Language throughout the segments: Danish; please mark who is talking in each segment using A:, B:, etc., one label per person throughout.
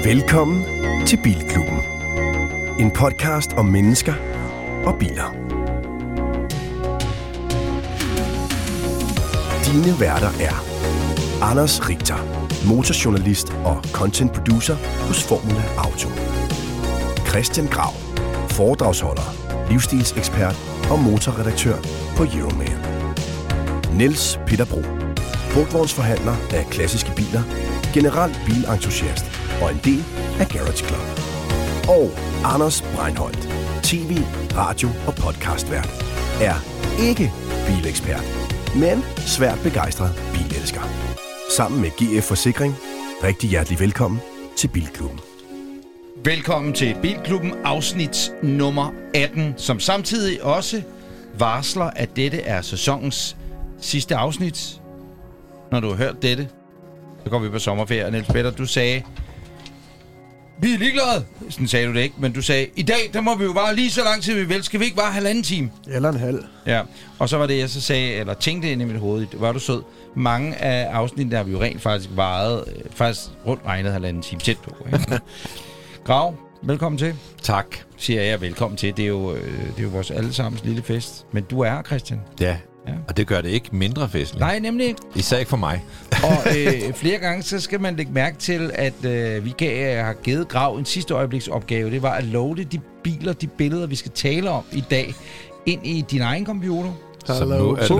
A: Velkommen til Bilklubben. En podcast om mennesker og biler. Dine værter er Anders Richter, motorjournalist og content producer hos Formula Auto. Christian Grav, foredragsholder, livsstilsekspert og motorredaktør på Euroman. Niels Peter Bro, brugtvognsforhandler af klassiske biler, generelt bilentusiast og en del af Garage Club. Og Anders Breinholt, tv, radio og podcastvært, er ikke bilekspert, men svært begejstret bilelsker. Sammen med GF Forsikring, rigtig hjertelig velkommen til Bilklubben.
B: Velkommen til Bilklubben, afsnit nummer 18, som samtidig også varsler, at dette er sæsonens sidste afsnit. Når du har hørt dette, så går vi på sommerferie. Niels Peter, du sagde, vi er ligeglade. Sådan sagde du det ikke, men du sagde, i dag, der må vi jo bare lige så lang tid vi vil. Skal vi ikke bare halvanden time?
C: Eller en halv.
B: Ja, og så var det, jeg så sagde, eller tænkte ind i mit hoved, var du sød. Mange af afsnitten, der har vi jo rent faktisk varet, faktisk rundt regnet halvanden time tæt på. Grav, velkommen til.
D: Tak.
B: Siger jeg velkommen til. Det er jo vores allesammens lille fest. Men du er her, Christian.
D: Ja, og det gør det ikke mindre festligt.
B: Nej, nemlig ikke.
D: Især ikke for mig.
B: Og flere gange, så skal man lægge mærke til, at vi har givet Grav en sidste øjebliksopgave. Det var at loade de biler, de billeder, vi skal tale om i dag, ind i din egen computer.
C: Hello.
B: Men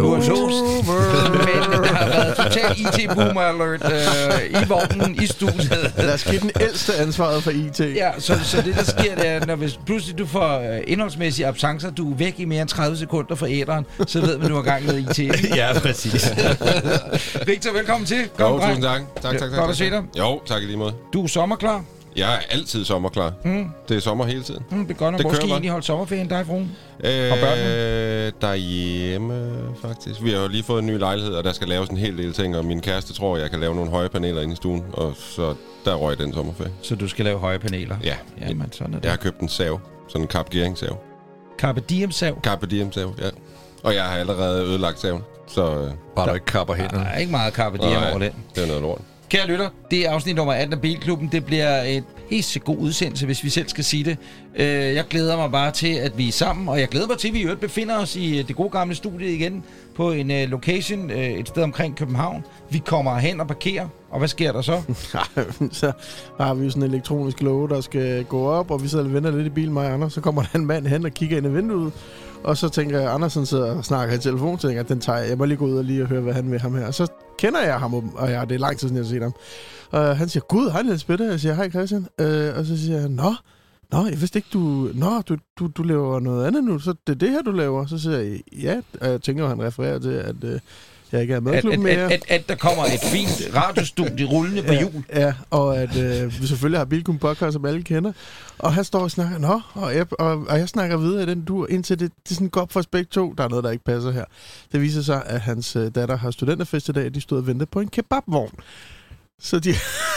B: der har været total IT-boomer alert i vognen, i studiet.
C: Der er sket den ældste ansvaret for IT.
B: Ja, så det der sker, det er, når hvis pludselig du får indholdsmæssige absencer, du er væk i mere end 30 sekunder fra æderen, så ved man, du har gang med IT. Ikke?
D: Ja, præcis.
B: Victor, velkommen til.
E: Jo, tusind tak. Tak.
B: Godt at se dig.
E: Jo, tak i lige måde.
B: Du er sommerklar.
E: Jeg er altid sommerklar. Det er sommer hele tiden.
B: Det er godt nok. Hvor skal I egentlig holde sommerferien, dig, fruen? Og børnene?
E: Derhjemme, faktisk. Vi har jo lige fået en ny lejlighed, og der skal laves en hel del ting, og min kæreste tror, jeg kan lave nogle høje paneler inde i stuen, og så der røg den sommerferie.
B: Så du skal lave høje paneler?
E: Ja.
B: Jamen, sådan er det.
E: Jeg har købt en sav. Sådan en Carpe Diem-sav.
B: Carpe Diem-sav?
E: Carpe Diem-sav, ja. Og jeg har allerede ødelagt saven, så...
D: Bare du ikke kapper hænderne.
B: Der er ikke meget Carpe Diem over den.
E: Det er noget lort.
B: Kære lytter, det er afsnit nummer 18 af Bilklubben. Det bliver et helt så god udsendelse, hvis vi selv skal sige det. Jeg glæder mig bare til, at vi er sammen, og jeg glæder mig til, at vi befinder os i det gode gamle studie igen på en location et sted omkring København. Vi kommer hen og parkerer, og hvad sker der så?
C: Så har vi jo sådan en elektronisk låge, der skal gå op, og vi sidder og venter lidt i bilen, mig og Anders. Så kommer der en mand hen og kigger ind i vinduet, og så tænker jeg, Andersen sidder og snakker i telefon, så tænker jeg, den tager jeg må lige gå ud og lige høre, hvad han vil ham her. Og så kender jeg ham, og det er lang tid siden, jeg har set ham. Og han siger, gud, hej Niels Peter. Jeg siger, hej Christian. Og så siger jeg, nå, jeg vidste ikke, du laver noget andet nu, så det er det her, du laver. Så siger jeg, ja, og jeg tænker, han refererer til, at jeg ikke er med mere.
B: At der kommer et fint radiostudie rullende på jul.
C: Ja, og at vi selvfølgelig har Bilklubben podcast, som alle kender. Og han står og snakker, og jeg snakker videre i den dur, indtil det sådan går op for os begge to. Der er noget, der ikke passer her. Det viser sig, at hans datter har studenterfest i dag, de stod og ventede på en kebabvogn. Så de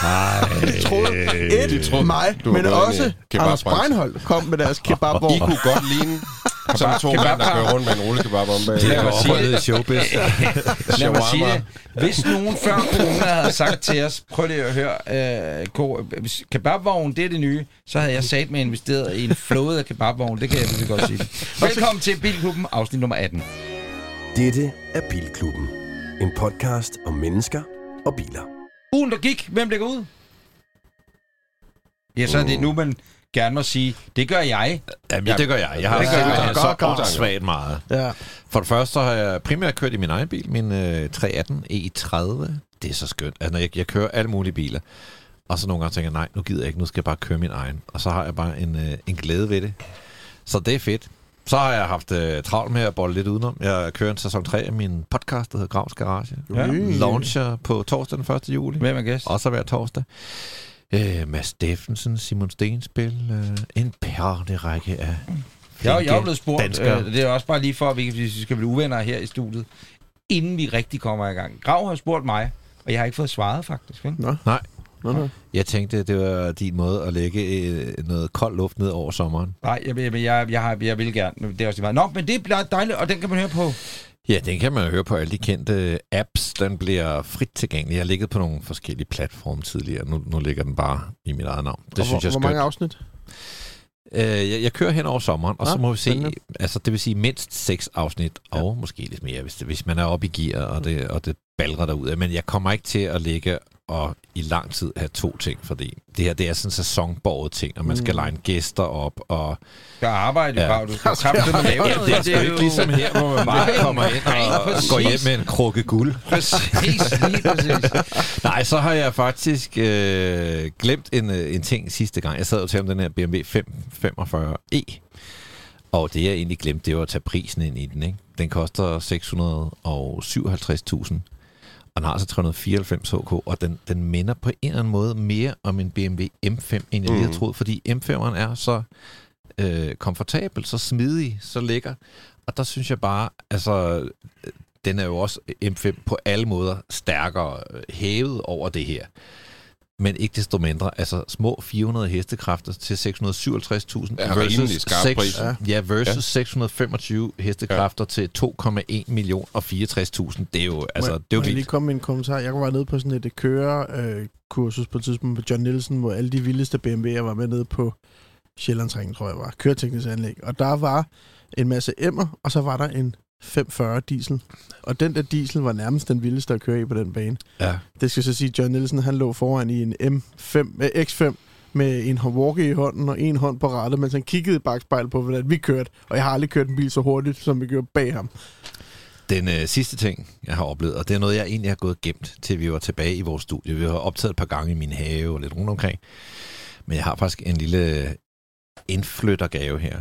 C: troede mig, men også Anders Breinholt kom med deres kebabvogn.
E: I kunne godt ligne som to mænd, der kører rundt med en rullekebab om bag.
D: Det er opholdet i showbiz.
B: Lad mig sige det. Hvis nogen før corona havde sagt til os, prøv lige at høre, kebabvogn, det er det nye, så havde jeg sat med investeret i en flåde af kebabvogn. Det kan jeg virkelig godt sige. Velkommen til Bilklubben, afsnit nummer 18.
A: Dette er Bilklubben. En podcast om mennesker og biler.
B: Ugen, der gik. Hvem lægger ud? Ja, så er det nu, man gerne må sige, det gør jeg.
D: Jamen, det gør jeg. Jeg har så svagt meget. Ja. For det første så har jeg primært kørt i min egen bil, min 318 E30. Det er så skønt. Altså, jeg kører alle mulige biler. Og så nogle gange tænker jeg, nej, nu gider jeg ikke, nu skal jeg bare køre min egen. Og så har jeg bare en glæde ved det. Så det er fedt. Så har jeg haft travlt med at bolle lidt udenom. Jeg kører en sæson 3 af min podcast, der hedder Gravs Garage. Ja. Launcher på torsdag den 1. juli.
B: Hvem er gæst?
D: Også hver torsdag. Mads Steffensen, Simon Stenspil, en pærende række af
B: jeg er blevet spurgt. Det er også bare lige for, at vi skal blive uvenner her i studiet, inden vi rigtig kommer i gang. Grav har spurgt mig, og jeg har ikke fået svaret faktisk. Vel?
D: Nej. Jeg tænkte, det var din måde at lægge noget kold luft ned over sommeren.
B: Nej, jeg vil gerne. Det er også meget. Nå, men det er dejligt, og den kan man høre på
D: Ja, den kan man høre på alle de kendte apps. Den bliver frit tilgængelig. Jeg har ligget på nogle forskellige platforme tidligere. Nu ligger den bare i mit eget navn. Det synes jeg er skønt.
C: Hvor mange afsnit?
D: Jeg kører hen over sommeren, og så må vi se, altså det vil sige mindst 6 afsnit, og måske lidt mere, hvis man er oppe i gear, og det balrer derud. Men jeg kommer ikke til at ligge og i lang tid have 2 ting, fordi det her, det er sådan en sæsonborget ting, og man skal line gæster op, og...
B: Der arbejde, ja. Du skal kraftigt med lave noget.
D: Det er sgu ikke ligesom her, hvor man bare kommer ind og går hjem med en krukke guld.
B: Præcis, lige præcis.
D: Nej, så har jeg faktisk glemt en ting sidste gang. Jeg sad og talte om den her BMW 545e, og det jeg egentlig glemte, det var at tage prisen ind i den, ikke? Den koster 657.000. Og den har altså 394 HK, og den minder på en eller anden måde mere om en BMW M5, end jeg lige havde troet, fordi M5'eren er så komfortabel, så smidig, så lækker. Og der synes jeg bare, altså, den er jo også M5 på alle måder stærkere hævet over det her. Men ikke desto mindre, altså små 400 hestekræfter til 657.000 versus 625 hestekræfter til 2,1 million og 64.000. Det er jo, altså, det er jo vildt.
C: Jeg lige komme med en kommentar. Jeg var nede på sådan et kørekursus på et tidspunkt med John Nielsen, hvor alle de vildeste BMW'er var med nede på Sjællandsringen, tror jeg var. Køreteknisk anlæg. Og der var en masse M'er, og så var der en 540 diesel. Og den der diesel var nærmest den vildeste at køre i på den bane.
D: Ja.
C: Det skal så sige, John Nielsen, han lå foran i en X5 med en walkie i hånden og en hånd på rattet, mens han kiggede i bagspejlet på, hvordan vi kørte. Og jeg har aldrig kørt en bil så hurtigt, som vi gjorde bag ham.
D: Den sidste ting, jeg har oplevet, og det er noget, jeg egentlig har gået gemt, til vi var tilbage i vores studie. Vi har optaget et par gange i min have og lidt rundt omkring. Men jeg har faktisk en lille indflyttergave her.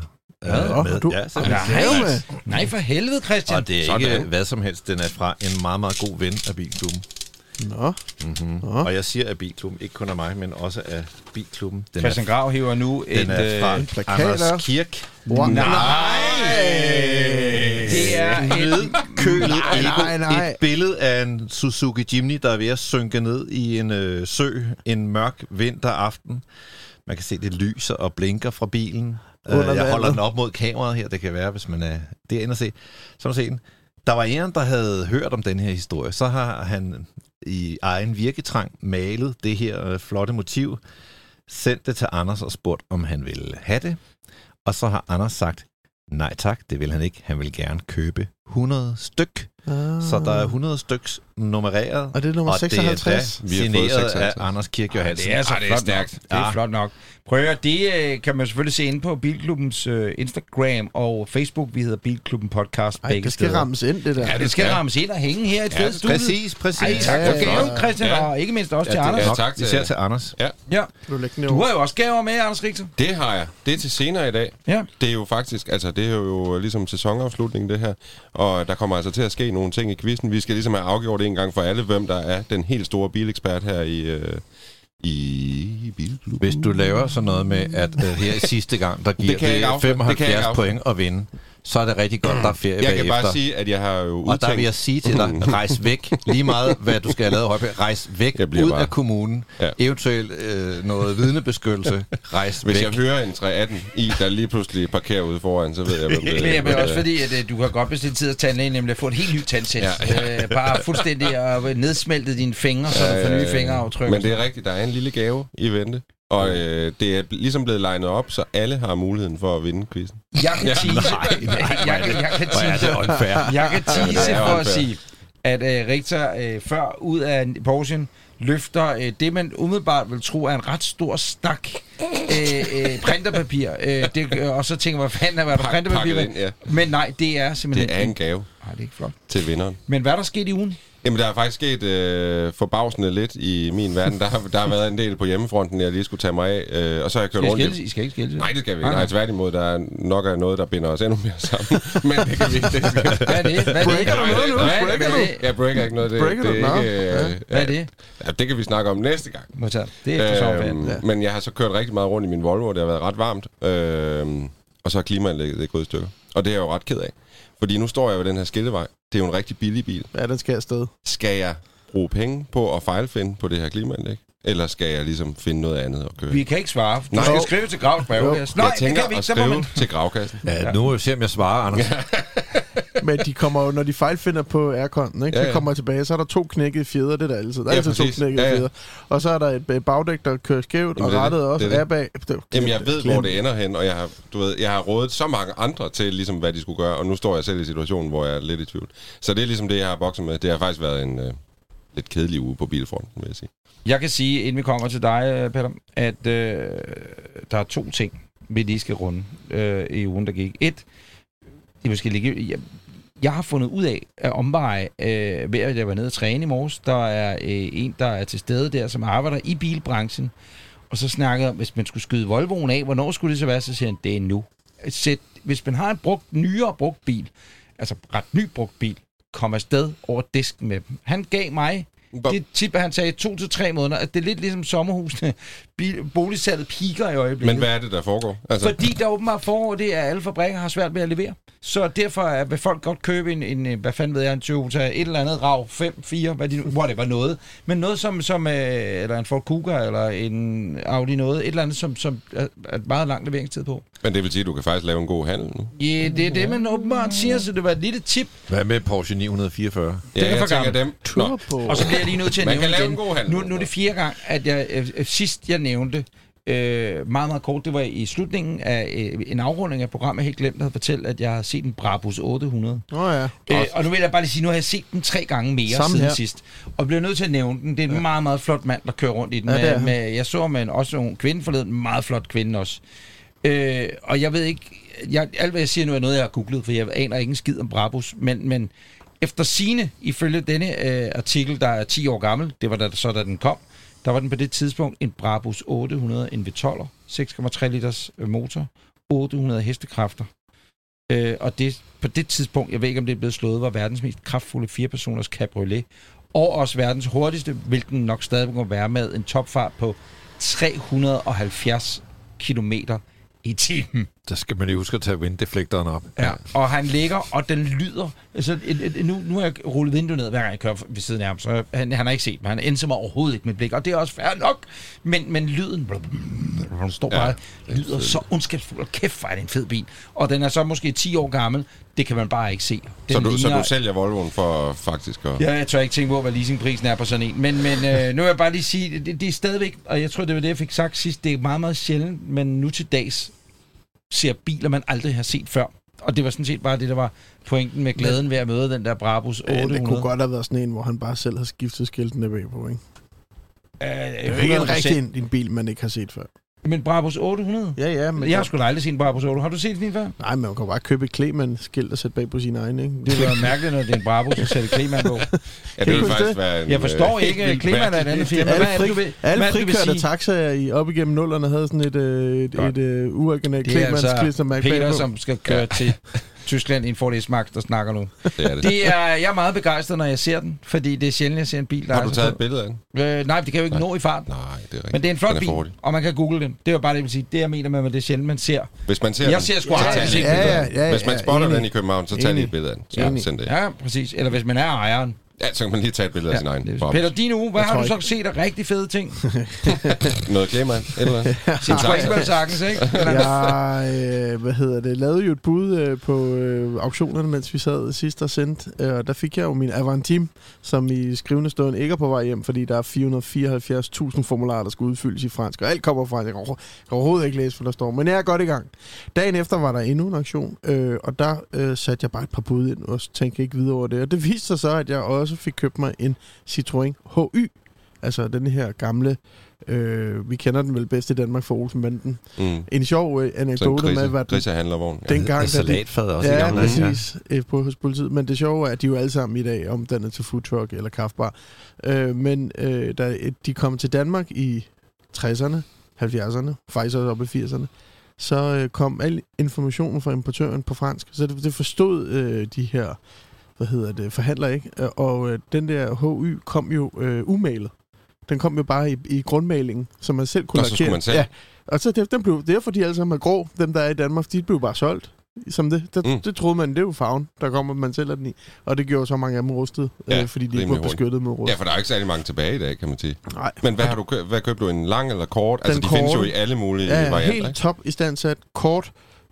B: Nej, for helvede, Christian.
D: Og det er ikke hvad som helst. Den er fra en meget, meget god ven af Bilklubben.
C: Nå.
D: Og jeg siger af Bilklubben, ikke kun af mig, men også af Bilklubben.
B: Christian Grav hiver nu
D: den er fra Anders Kirk.
B: Wow. Nej! Det er
D: nedkølet et billede af en Suzuki Jimny, der er ved at synke ned i en sø en mørk vinteraften. Man kan se, det lyser og blinker fra bilen. Jeg holder den op mod kameraet her. Det kan være, hvis man er derinde og se. Så man se den. Der var en, der havde hørt om den her historie. Så har han i egen virketrang malet det her flotte motiv, sendt det til Anders og spurgt, om han ville have det. Og så har Anders sagt, nej tak, det vil han ikke. Han vil gerne købe 100 styk. Så der er 100 styks nummereret.
C: Og det er nummer 56.
D: Og det er signeret af Anders Kirk Johansen.
B: Det er så flot stærkt. Det er flot nok. Prøv at høre, det kan man selvfølgelig se inde på Bilklubbens Instagram og Facebook. Vi hedder Bilklubben Podcast.
C: Det skal rammes ind, det der.
B: Ja, det skal rammes ind og hænge her i et fedt studie.
D: Præcis.
B: Ej, tak for gaven, Christian, og ikke mindst også til Anders.
D: Ja, tak til Anders.
B: Ja. Du har jo også gaver med, Anders Richter.
E: Det har jeg. Det er til senere i dag.
B: Ja.
E: Det er jo faktisk, altså det er jo ligesom sæsonafslutning, det her. Og der kommer altså til at ske nogle ting i quizzen. Vi skal ligesom have afgjort en gang for alle, hvem der er den helt store bilekspert her i Bilklubben.
D: Hvis du laver sådan noget med, at her sidste gang, der giver det 75 point at vinde, så er det rigtig godt, der er ferie bagefter.
E: Jeg kan bare sige, at jeg har jo udtænkt...
D: Og der vil jeg sige til dig, rejs væk. Lige meget, hvad du skal have lavet højt. Rejs væk ud af kommunen. Ja. Eventuelt noget vidnebeskyttelse. Rejs væk.
E: Hvis jeg hører en 318 der lige pludselig parkerer ude foran, så ved jeg, hvem det er.
B: Men også fordi, at du kan godt bestille tid at tandlægen, nemlig at få et helt nyt tandsæt. Bare fuldstændig at nedsmelte dine fingre, så du får nye fingeraftryk.
E: Men det er rigtigt, der er en lille gave i vente. Og det er ligesom blevet legnet op, så alle har muligheden for at vinde quizzen.
B: Jeg kan tease. Jeg kan tease for at sige, at Richter før ud af Porschen løfter det, man umiddelbart vil tro er en ret stor stak printerpapir. Og så tænker man, hvad fanden er der printerpapir?
E: Ja.
B: Men nej, det er simpelthen...
E: Det er en gave.
B: Nej, det er ikke flot.
E: Til vinderen.
B: Men hvad er der sket i ugen?
E: Jamen, der er faktisk sket forbavsende lidt i min verden. Der har været en del på hjemmefronten, jeg lige skulle tage mig af. Og så har jeg kørt rundt...
B: I skal ikke skille?
E: Nej, det skal vi ikke. Nej, tværtimod, der er nok af noget, der binder os endnu mere sammen. Men det kan vi ikke.
B: Hvad er det?
C: Breaker du noget nu?
E: Jeg breaker ikke noget.
B: Hvad er det?
E: Ja, det kan vi snakke om næste gang.
B: Det er efter sommerferien.
E: Men jeg har så kørt rigtig meget rundt i min Volvo, og det har været ret varmt. Og så har klimaanlægget det gået i stykker. Og det er jeg jo ret ked af. Fordi nu står jeg ved den her skillevej. Det er jo en rigtig billig bil.
C: Ja, den skal afsted.
E: Skal jeg bruge penge på at fejlfinde på det her klimaanlæg? Eller skal jeg ligesom finde noget andet at køre?
B: Vi kan ikke svare. Du skal skrive til Gravs brev.
E: Jeg tænker at skrive til Gravkassen.
D: Ja, nu må vi se, om jeg svarer, Anders.
C: Men de kommer jo, når de fejlfinder på airconen, ikke? Så kommer tilbage, så er der 2 knækkede fjeder, det er der altid. Der er altid 2 knækkede fjeder. Og så er der et bagdæk, der kører skævt, og rettet også er bag.
E: Jamen, jeg ved, hvor det ender hen, og jeg har rådet så mange andre til, ligesom, hvad de skulle gøre, og nu står jeg selv i situationen, hvor jeg er lidt i tvivl. Så det er ligesom det, jeg har bokset med. Det har faktisk været en lidt kedelig uge på bilfronten, vil jeg sige. Jeg
B: kan sige, inden vi kommer til dig, Peter, at der er 2 ting, vi lige skal runde i ugen, der gik. 1, jeg har fundet ud af at omveje, ved at jeg var nede og træne i morges. Der er en, der er til stede der, som arbejder i bilbranchen, og så snakkede om, hvis man skulle skyde Volvoen af, hvornår skulle det så være, så siger han, det er nu. Hvis man har en nyere brugt bil, altså ret ny brugt bil, kom afsted over disken med dem. Han gav mig det tip, at han sagde 2 til 3 måneder, at det er lidt ligesom sommerhusene. Boligsalget piker i øjeblikket.
E: Men hvad er det, der foregår?
B: Altså... Fordi der åbenbart foregår det, at alle fabrikker har svært ved at levere. Så derfor vil folk godt købe en hvad fanden ved jeg, en Toyota, et eller andet RAV 5, 4, hvor det var noget. Men noget som eller en Ford Kuga, eller en Audi noget, et eller andet, som er meget lang leveringstid på.
E: Men det vil sige, at du kan faktisk lave en god handel nu?
B: Ja, det er det, man åbenbart siger, så det var et lille tip.
D: Hvad med Porsche 944?
E: Ja, jeg tænker dem.
B: Og så bliver jeg lige nødt til at nævne
E: man kan lave en god handel.
B: Nu er det 4 gang, at jeg nævnte meget, meget kort. Det var i slutningen af en afrunding af programmet, jeg helt glemt at fortælle, at jeg har set en Brabus 800. Og nu vil jeg bare lige sige, nu har jeg set den 3 gange mere siden sidst. Og bliver nødt til at nævne den. Det er en meget, meget flot mand, der kører rundt i den. Jeg så med også en kvinde forleden, en meget flot kvinde også. Og jeg ved ikke, alt hvad jeg siger nu er noget, jeg har googlet, for jeg aner ikke en skid om Brabus, men efter sigende, ifølge denne artikel, der er 10 år gammel, det var da den kom, der var den på det tidspunkt en Brabus 800, en V12'er, 6,3 liters motor, 800 hestekræfter. Og det, på det tidspunkt, jeg ved ikke om det er blevet slået, var verdens mest kraftfulde 4-personers cabriolet, og også verdens hurtigste, hvilken nok stadig må være med en topfart på 370 kilometer i timen.
D: Der skal man lige huske at tage vinddeflektoren op.
B: Ja, og han ligger, og den lyder... Altså, nu har jeg rullet vinduet ned, hver gang jeg kører ved siden af ham, så han har ikke set mig. Han endte mig overhovedet ikke med blik, og det er også fair nok. Men lyden... Han står bare... lyder så ondskabsfuld, og kæft, hvor er det en fed bil. Og den er så måske 10 år gammel. Det kan man bare ikke se.
E: Så du sælger Volvoen for faktisk at...
B: Ja, jeg tør ikke tænke på, hvad leasingprisen er på sådan en. Men nu vil jeg bare lige sige, det er stadigvæk... Og jeg tror, det var det, jeg fik sagt sidst. Det er meget, meget sjældent, men nu til dags ser biler, man aldrig har set før. Og det var sådan set bare det, der var pointen med glæden ved at møde den der Brabus 800.
C: Det kunne godt have været sådan en, hvor han bare selv har skiftet skiltene bagpå, ikke? Det er ikke en rigtig en bil, man ikke har set før.
B: Men Brabus 800?
C: Ja, men...
B: Jeg har sgu da aldrig set en Brabus 800. Har du set den før?
C: Nej, men man kan bare købe et Kleman-skilt og sætte bag på sin egen, ikke?
B: Det er mærkeligt, når det er en Brabus at sætte Kleman på.
E: Ja, det vil faktisk være en...
B: Jeg forstår ikke, at Kleman er et andet firma.
C: Alle frikørte taxaer op igennem nullerne havde sådan et uoriginalt Kleman-klistermærke
B: bagpå. Peter, som skal køre til Tyskland i en Ford S-Max, der snakker nu. Jeg er meget begejstret, når jeg ser den, fordi det er sjældent, jeg ser en bil, der...
E: Har du taget et billede af den?
B: Nej, det kan jo ikke nå i fart.
E: Nej, det er rigtigt.
B: Men det er en flot bil, og man kan google den. Det er jo bare det, jeg vil sige. Det, jeg mener med, at det er sjældent, man ser.
E: Hvis man ser
B: jeg ser sgu aldrig.
E: Ja, hvis man spotter den i København, så tager lige et billede af den. Så send det.
B: Ja, præcis. Eller hvis man er ejeren.
E: Ja, så kan man lige tage et billede af sin egen.
B: Peter, din uge, hvad har du så set af rigtig fede ting?
E: Noget Kleman, eller andet.
B: Sin Springberg-sakkens, ikke?
C: Jeg lavede jo et bud på auktionerne, mens vi sad sidst og sendte. Og der fik jeg jo min Avantime, som i skrivende stund ikke er på vej hjem, fordi der er 474.000 formularer, der skal udfyldes i fransk. Og alt kommer fra, jeg kan overhovedet ikke læse, hvad der står. Men jeg er godt i gang. Dagen efter var der endnu en auktion, og der satte jeg bare et par bud ind, og tænkte ikke videre over det. Og det viste sig så, at jeg også fik købt mig en Citroën HY. Altså den her gamle, vi kender den vel bedst i Danmark for Olsenbanden. En sjov anekdote med, hvad
E: grisehandlervogn.
C: Dengang,
D: salatfad også i gamle.
C: Præcis, hos politiet. Men det sjove er, at de jo alle sammen i dag omdannet til foodtruck eller kaffebar. Men da de kom til Danmark i 60'erne, 70'erne, faktisk også op i 80'erne, så kom al informationen fra importøren på fransk. Så det forstod de her forhandler, ikke? Og den der HY kom jo umalet. Den kom jo bare i grundmalingen, som man selv kunne lakere.
E: Så skulle man selv?
C: Ja, og så den blev, derfor de alle sammen er grå, dem der er i Danmark, de blev bare solgt. Som det. Det troede man, det er jo farven, der kommer, man sælger den i. Og det gjorde så mange af dem rustet, fordi de ikke var beskyttet med rust.
E: Ja, for der er ikke særlig mange tilbage i dag, kan man sige.
C: Nej.
E: Men hvad købte du? En lang eller kort? Altså, de findes jo i alle mulige varianter.
C: Helt top i standsat, kort,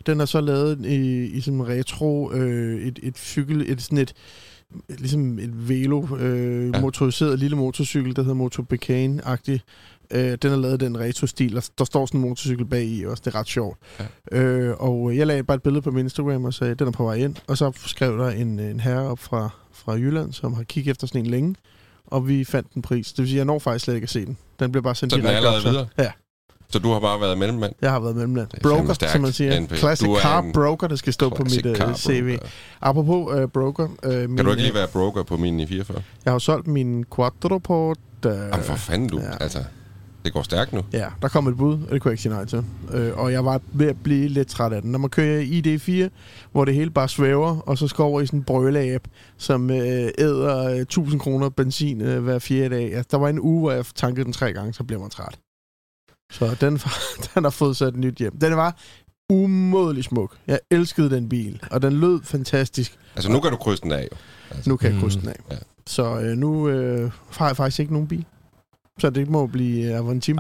C: Den er så lavet i sådan en retro, et cykel, ligesom et velo, motoriseret lille motorcykel, der hedder Moto Bacane-agtig. Den er lavet den retro-stil, og der står sådan en motorcykel bag i også. Det er ret sjovt. Ja. Og jeg lagde bare et billede på min Instagram og sagde, den er på vej ind. Og så skrev der en herre op fra Jylland, som har kigget efter sådan en længe. Og vi fandt en pris. Det vil sige, jeg når faktisk slet ikke at se den. Den bliver bare sendt
E: direkte op. Så den er allerede videre?
C: Ja.
E: Så du har bare været mellemmand?
C: Jeg har været mellemmand. Broker, som man siger. Classic car broker, der skal stå på mit CV. Apropos broker.
E: Kan du ikke lige være broker på min i 44?
C: Jeg har solgt min Quattroporte.
E: Jamen for fanden du. Ja. Altså, det går stærkt nu.
C: Ja, der kom et bud, og det kunne jeg ikke sige nej til. Og jeg var ved at blive lidt træt af den. Når man kører i ID4, hvor det hele bare svæver, og så skal over i sådan en brøle-app, som æder 1000 kroner benzin hver 4. dag. Ja, der var en uge, hvor jeg tankede den 3 gange, så blev man træt. Så den har fået sat et nyt hjem. Den var umådelig smuk. Jeg elskede den bil, og den lød fantastisk.
E: Altså nu kan du krydse den af, jo. Altså.
C: Nu kan jeg krydse den af. Ja. Så nu har jeg faktisk ikke nogen bil. Så det må blive Avantim.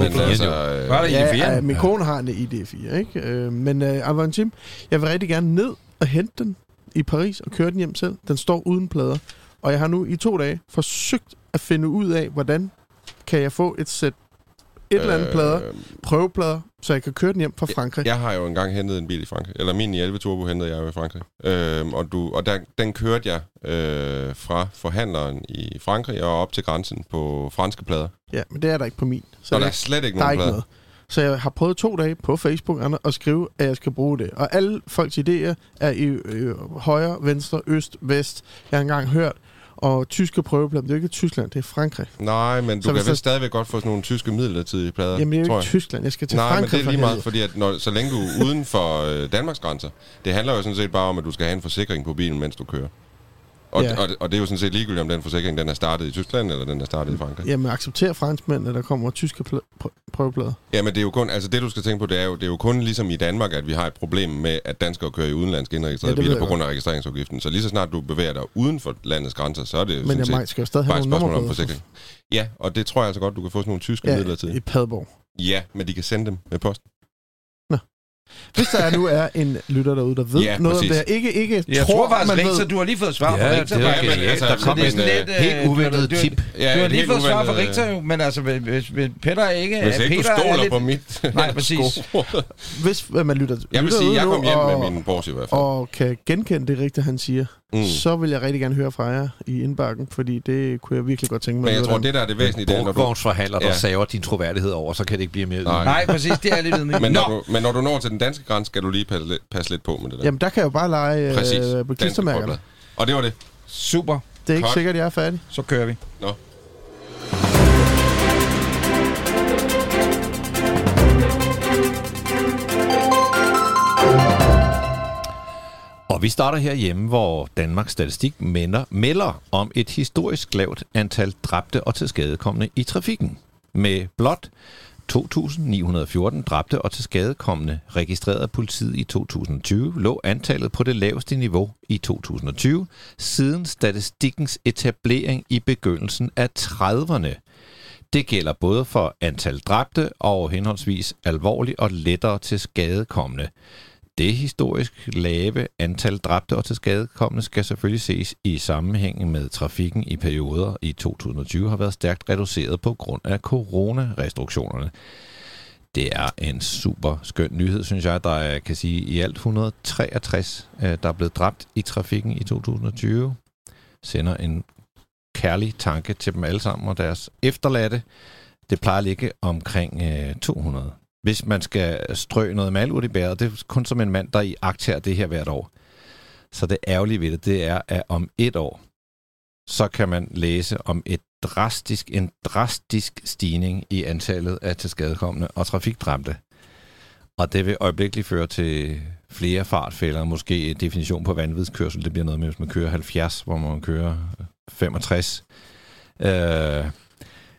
B: ID4?
C: Min kone har en ID4, ikke? Men Avantim, jeg vil rigtig gerne ned og hente den i Paris og køre den hjem selv. Den står uden plader. Og jeg har nu i 2 dage forsøgt at finde ud af, hvordan kan jeg få et sæt eller andet plader, prøveplader, så jeg kan køre den hjem fra Frankrig.
E: Jeg har jo engang hentet en bil i Frankrig. Eller min i 11 Turbo hentede jeg jo i Frankrig. Den kørte jeg fra forhandleren i Frankrig og op til grænsen på franske plader.
C: Ja, men det er der ikke på min.
E: Så der er slet ikke nogen plader.
C: Så jeg har prøvet 2 dage på Facebook at skrive, at jeg skal bruge det. Og alle folks idéer er i højre, venstre, øst, vest. Jeg har engang hørt. Og tyske prøveplader, det er jo ikke Tyskland, det er Frankrig.
E: Nej, men du kan vel stadigvæk godt få sådan nogle tyske midlertidige plader.
C: Jamen, det er jo ikke Tyskland, jeg skal til Frankrig.
E: Nej, men det er lige meget, fordi at så længe du er uden for Danmarks grænser, det handler jo sådan set bare om, at du skal have en forsikring på bilen, mens du kører. Og det er jo sådan set ligegyldigt, om den forsikring den er startet i Tyskland, eller den er startet i Frankrig.
C: Jamen, accepterer franskmænd, at der kommer tyske prøveplader?
E: Jamen, det er jo kun, altså det du skal tænke på, det er jo kun ligesom i Danmark, at vi har et problem med, at danskere kører i udenlandske indregistrerede biler på grund af registreringsafgiften. Så lige så snart du bevæger dig uden for landets grænser, så er det
C: men jeg skal jo stadig have nogle nummerplader.
E: Forsikring. Ja, og det tror jeg altså godt, du kan få sådan nogle tyske midlertidige.
C: I Padborg.
E: Ja, men de kan sende dem med post.
C: Hvis der nu er en lytter derude, der ved noget om det her. Ikke
B: jeg tror faktisk, Richter, du har lige fået svar fra Richter.
D: Der kom en helt uventet tip.
B: Du har lige fået svar fra Richter jo, men altså, hvis Peter ikke...
E: Hvis ikke
B: Peter
E: du stoler på mit...
B: Nej, præcis.
C: Hvis man lytter
E: jeg vil sige, jeg kom hjem med min Porsche i hvert fald.
C: Og kan genkende det Richter, han siger, så vil jeg rigtig gerne høre fra jer i indbakken, fordi det kunne jeg virkelig godt tænke mig.
E: Men jeg tror, det der er det væsentlige...
D: En brugvognsforhandler, der saver din troværdighed over, så kan det ikke blive mere...
B: Nej, præcis, det er lidt ydmygt.
E: Men når du når til den danske grænse, skal du lige passe lidt på med det der.
C: Jamen, der kan jeg jo bare lege på klistermærkerne.
E: Og det var det.
B: Super.
C: Det er ikke sikkert, jeg er færdig.
B: Så kører vi.
E: Nå.
D: Og vi starter herhjemme, hvor Danmarks Statistik melder om et historisk lavt antal dræbte og tilskadekomne i trafikken. Med blot 2.914 dræbte og tilskadekomne registreret af politiet i 2020, lå antallet på det laveste niveau i 2020, siden statistikkens etablering i begyndelsen af 30'erne. Det gælder både for antal dræbte og henholdsvis alvorlig og lettere tilskadekomne. Det historisk lave antal dræbte og tilskadekomne skal selvfølgelig ses i sammenhæng med trafikken i perioder i 2020 har været stærkt reduceret på grund af coronarestriktionerne. Det er en super skøn nyhed, synes jeg, der er, kan sige, i alt 163, der er blevet dræbt i trafikken i 2020. Sender en kærlig tanke til dem alle sammen og deres efterladte. Det plejer at ligge omkring 200. Hvis man skal strø noget malurt i bæret, det er kun som en mand, der iagttager det her hvert år. Så det ærgerlige ved det er, at om 1 år, så kan man læse om en drastisk stigning i antallet af tilskadekomne og trafikdræbte. Og det vil øjeblikkeligt føre til flere fartfælder, måske definition på vanvidskørsel. Det bliver noget med, hvis man kører 70, hvor man kører 65.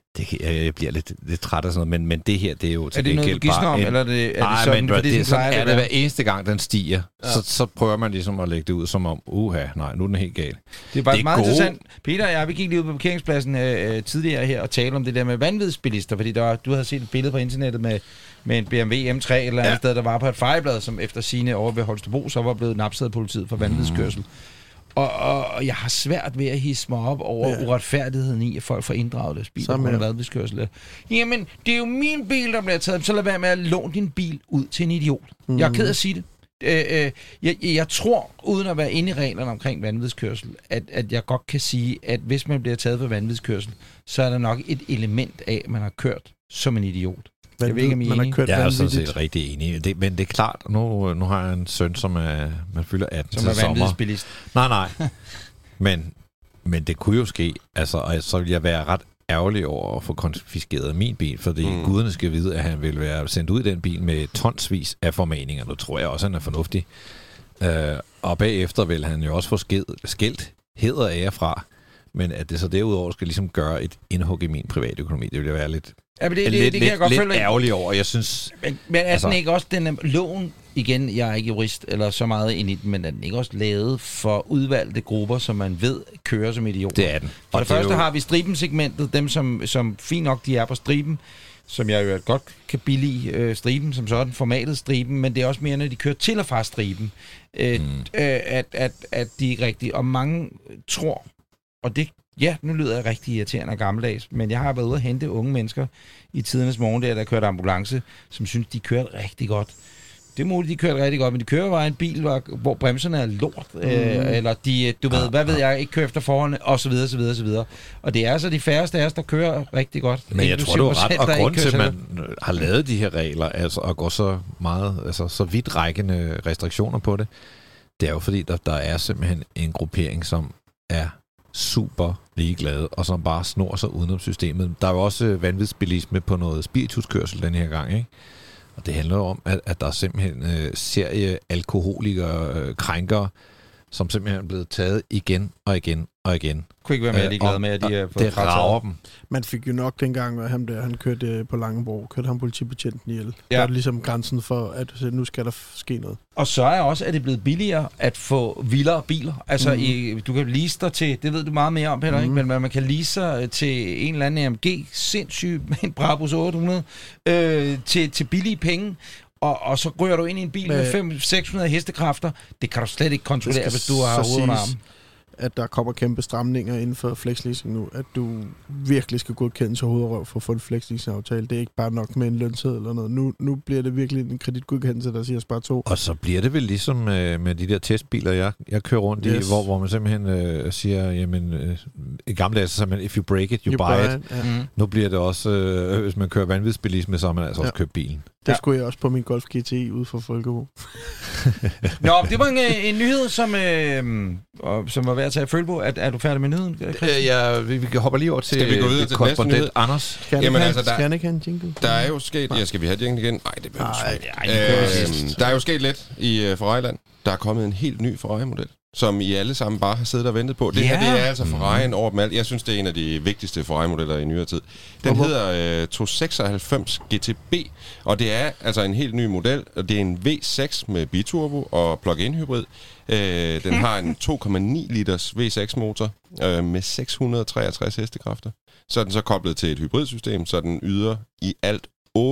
D: Jeg bliver lidt træt af sådan noget, men det her, det er jo til
B: gengæld bare... Er det noget, du gidsner om, eller er det sådan,
D: men det sådan er det hver eneste gang, den stiger, så prøver man ligesom at lægge det ud som om, nej, nu er den helt gal.
B: Det er bare meget interessant. Peter og jeg, vi gik lige ud på parkeringspladsen tidligere her og talte om det der med vanvidsbilister, fordi du havde set et billede på internettet med en BMW M3 eller andet sted, der var på et fejeblad, som efter sine over ved Holstebro, så var blevet napset af politiet for vanvidskørsel. Og jeg har svært ved at hisse mig op over uretfærdigheden i, at folk får inddraget deres bil på grund af vanvidskørsel. Jamen, det er jo min bil, der bliver taget. Så lad være med at låne din bil ud til en idiot. Jeg er ked af at sige det. Jeg tror, uden at være inde i reglerne omkring vanvidskørsel, at jeg godt kan sige, at hvis man bliver taget for vanvidskørsel, så er der nok et element af, at man har kørt som en idiot. Jeg ved ikke, om I er enige.
D: Jeg er sådan set rigtig enig. Men det er klart, nu har jeg en søn, som man fylder 18 til sommer.
B: Som er vanvidsbilist.
D: Nej. Men det kunne jo ske. Og så vil jeg være ret ærgerlig over at få konfiskeret min bil, fordi guderne skal vide, at han vil være sendt ud i den bil med tonsvis af formaninger. Nu tror jeg også, at han er fornuftig. Og bagefter vil han jo også få skilt heder af jer fra. Men at det så derudover skal ligesom gøre et indhug i min private økonomi, det vil jeg være lidt...
B: Ja, det kan jeg godt følge.
D: Lidt ærgerlig over, jeg synes...
B: Men er den ikke også, den loven, igen, jeg er ikke jurist eller så meget ind i den, men er den ikke også lavet for udvalgte grupper, som man ved kører som idioter?
D: Det er den.
B: For det første har vi striben-segmentet, dem som fint nok, de er på striben, som jeg jo godt kan billige striben, som sådan formatet striben, men det er også mere, når de kører til og fra striben, at de er rigtige. Og mange tror, og det... Ja, nu lyder jeg rigtig irriterende og gammeldags, men jeg har været ude at hente unge mennesker i tidernes morgen, der kørte ambulance, som synes, de kørte rigtig godt. Det er muligt, de kørte rigtig godt, men de kører bare en bil, hvor bremserne er lort, eller de, hvad ved jeg, ikke kører efter forholdene, og så videre, så videre, så videre. Og det er altså de færreste af os, der kører rigtig godt.
D: Men jeg tror, du er ret, og grund til, at man har lavet de her regler, altså at gå så meget, altså så vidtrækkende restriktioner på det, det er jo fordi, der er simpelthen en gruppering, som er super ligeglade, og som bare snor sig udenom systemet. Der er jo også vanvidsbilisme på noget spirituskørsel den her gang, ikke? Og det handler jo om, at der er simpelthen serie alkoholikere, krænkere, som simpelthen er blevet taget igen og igen og igen.
B: Kunne ikke være mere ligeglade med, at de har fået
D: det rager dem.
C: Man fik jo nok dengang, at han kørte på Langebro, kørte ham politibetjenten ihjel.
B: Ja.
C: Der er ligesom grænsen for, at nu skal der ske noget.
B: Og så er også, at det blevet billigere at få vildere biler. Altså, du kan lease dig til, det ved du meget mere om, Peter, ikke? Men man kan lease sig til en eller anden AMG, sindssygt, med en Brabus 800, til billige penge. Og så ryger du ind i en bil med 500-600 hestekræfter. Det kan du slet ikke kontrollere, hvis du har hovedet under armen.
C: At der kommer kæmpe stramninger inden for flexleasing nu, at du virkelig skal godkendes af hovedrøv for at få en flexleasing-aftale. Det er ikke bare nok med en lønseddel eller noget. Nu bliver det virkelig en kreditgodkendelse, der siger spar 2.
D: Og så bliver det vel ligesom med de der testbiler, jeg kører rundt i, hvor man simpelthen siger, jamen, i gamle dage, så siger man, if you break it, you buy it. Ja. Nu bliver det også, hvis man kører vanvidsbilisme, så har man altså også købt bilen.
C: Det skulle jeg også på min Golf GTI ude for Folkebo.
B: Nå, det var en nyhed, som var værd at tage at føle på. Er du færdig med nyheden?
D: Vi hopper lige over til...
E: Skal vi gå videre til næste nyhed?
D: Anders?
C: Skal han ikke have en jingle?
E: Der er jo sket... Ja, skal vi have jingle igen? Nej, det bliver der er jo sket lidt i Ferrari-land. Der er kommet en helt ny Ferrari-model, som I alle sammen bare har siddet og ventet på. Det her, det er altså Ferrari'en over dem alt. Jeg synes, det er en af de vigtigste Ferrari-modeller i nyere tid. Den hedder 296 GTB, og det er altså en helt ny model. Det er en V6 med biturbo og plug-in hybrid. Den har en 2,9 liters V6-motor med 663 hestekræfter. Så er den så koblet til et hybridsystem, så den yder i alt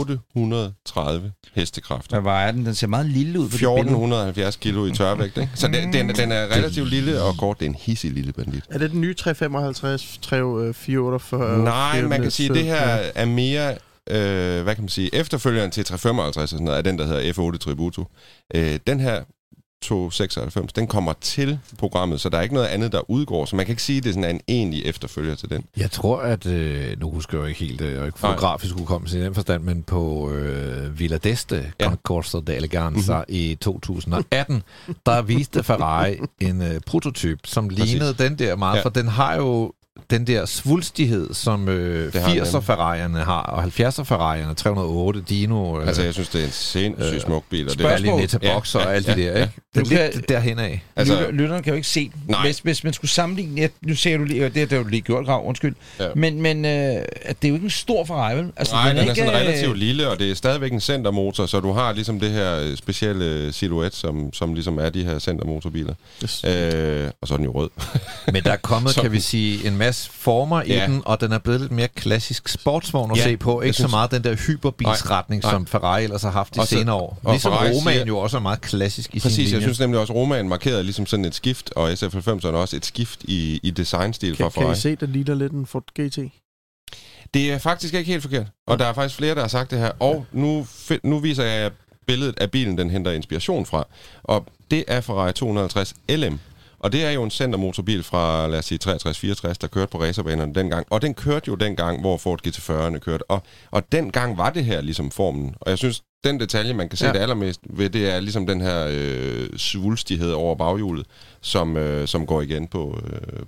E: 830 hestekræfter.
B: Hvad var den? Den ser meget lille ud på
E: 1470 kilo i tørvægt, ikke? Så den er relativt lille og kort. Det er en hissig lille bandit.
C: Er det den nye 355, 448?
E: Nej, man kan sige, at det her er mere, hvad kan man sige, efterfølgeren til 355 og sådan noget, er den, der hedder F8 Tributo. Den her 296, den kommer til programmet, så der er ikke noget andet, der udgår, så man kan ikke sige, at det er sådan en egentlig efterfølger til den.
D: Jeg tror, at, nu husker jeg ikke helt, og ikke fotografisk hukommelse i den forstand, men på Villa d'Este, Concorso d'Eleganza i 2018, der viste Ferrari en prototyp, som lignede den der meget, for den har jo den der svulstighed, som 80'er Ferrari'erne har, og 70'er Ferrari'erne, 308 Dino.
E: Altså, jeg synes, det er en sindssygt smuk bil.
D: Og det er lige til boks og alt det der, ikke? Det er lidt derhen af.
B: Altså, lytterne kan jo ikke se den. Hvis man skulle sammenligne... Nu ser du lige... Det har du lige gjort, Grav, undskyld. Ja. Men det er jo ikke en stor Ferrari, vel?
E: Altså, nej, den er sådan relativt lille, og det er stadigvæk en centermotor, så du har ligesom det her specielle silhuet, som ligesom er de her centermotorbiler. Yes. Og så er den jo rød.
D: Men der er kommet, kan vi sige, en masse former i den, og den er blevet lidt mere klassisk sportsvogn at se på. Ikke så meget den der hyperbilsretning, som Ferrari ellers har haft de senere år. Ligesom Romaen jo også er meget klassisk i sin linje.
E: Præcis, jeg synes nemlig også, at Romaen markerede ligesom sådan et skift, og SF90'erne også et skift i designstil fra Ferrari.
C: Kan I se, der ligner lidt en Ford GT?
E: Det er faktisk ikke helt forkert. Og der er faktisk flere, der har sagt det her. Og nu viser jeg billedet af bilen, den henter inspiration fra. Og det er Ferrari 250 LM. Og det er jo en centermotorbil fra, lad os sige, 63-64, der kørte på racerbanerne dengang. Og den kørte jo dengang, hvor Ford GT40'erne kørte. Og dengang var det her ligesom formen. Og jeg synes, den detalje, man kan se det allermest ved, det er ligesom den her svulstighed over baghjulet, som går igen på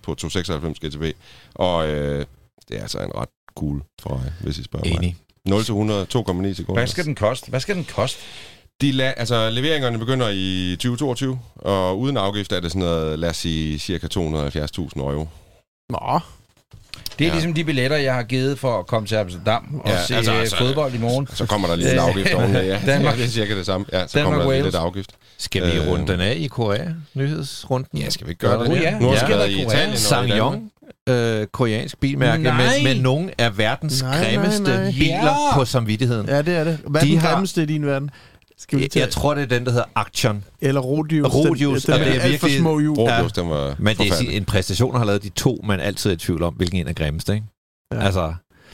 E: 296 GTB. Og det er altså en ret cool Ferrari, hvis I spørger mig. 0-100, 2,9 sekunder.
B: Hvad skal den koste?
E: Leveringerne begynder i 2022, og uden afgift er det sådan noget, lad os sige, cirka 270.000 euro.
C: Nå.
B: Det er ligesom de billetter, jeg har givet for at komme til Amsterdam og se fodbold i morgen.
E: Så kommer der lige en afgift oveni, Danmark, det er cirka det samme. Ja, så Danmark, kommer der lige lidt afgift.
D: Skal vi runde den af i Korea? Nyhedsrunden?
E: Ja, skal vi ikke gøre det?
B: Ja.
E: Nu har vi været i Italien
D: SsangYong, koreansk bilmærke, med nogle af verdens grimmeste biler på samvittigheden.
C: Ja, det er det. Hvad er den grimmeste i din verden?
D: Jeg tror, det er den, der hedder Action.
C: Eller Rodius.
D: Den er
C: virkelig for små hjul.
E: Rodius, den var
D: men det er en præstation, har lavet de to, man altid er i tvivl om, hvilken en er grimmest, ikke? Ja. Altså...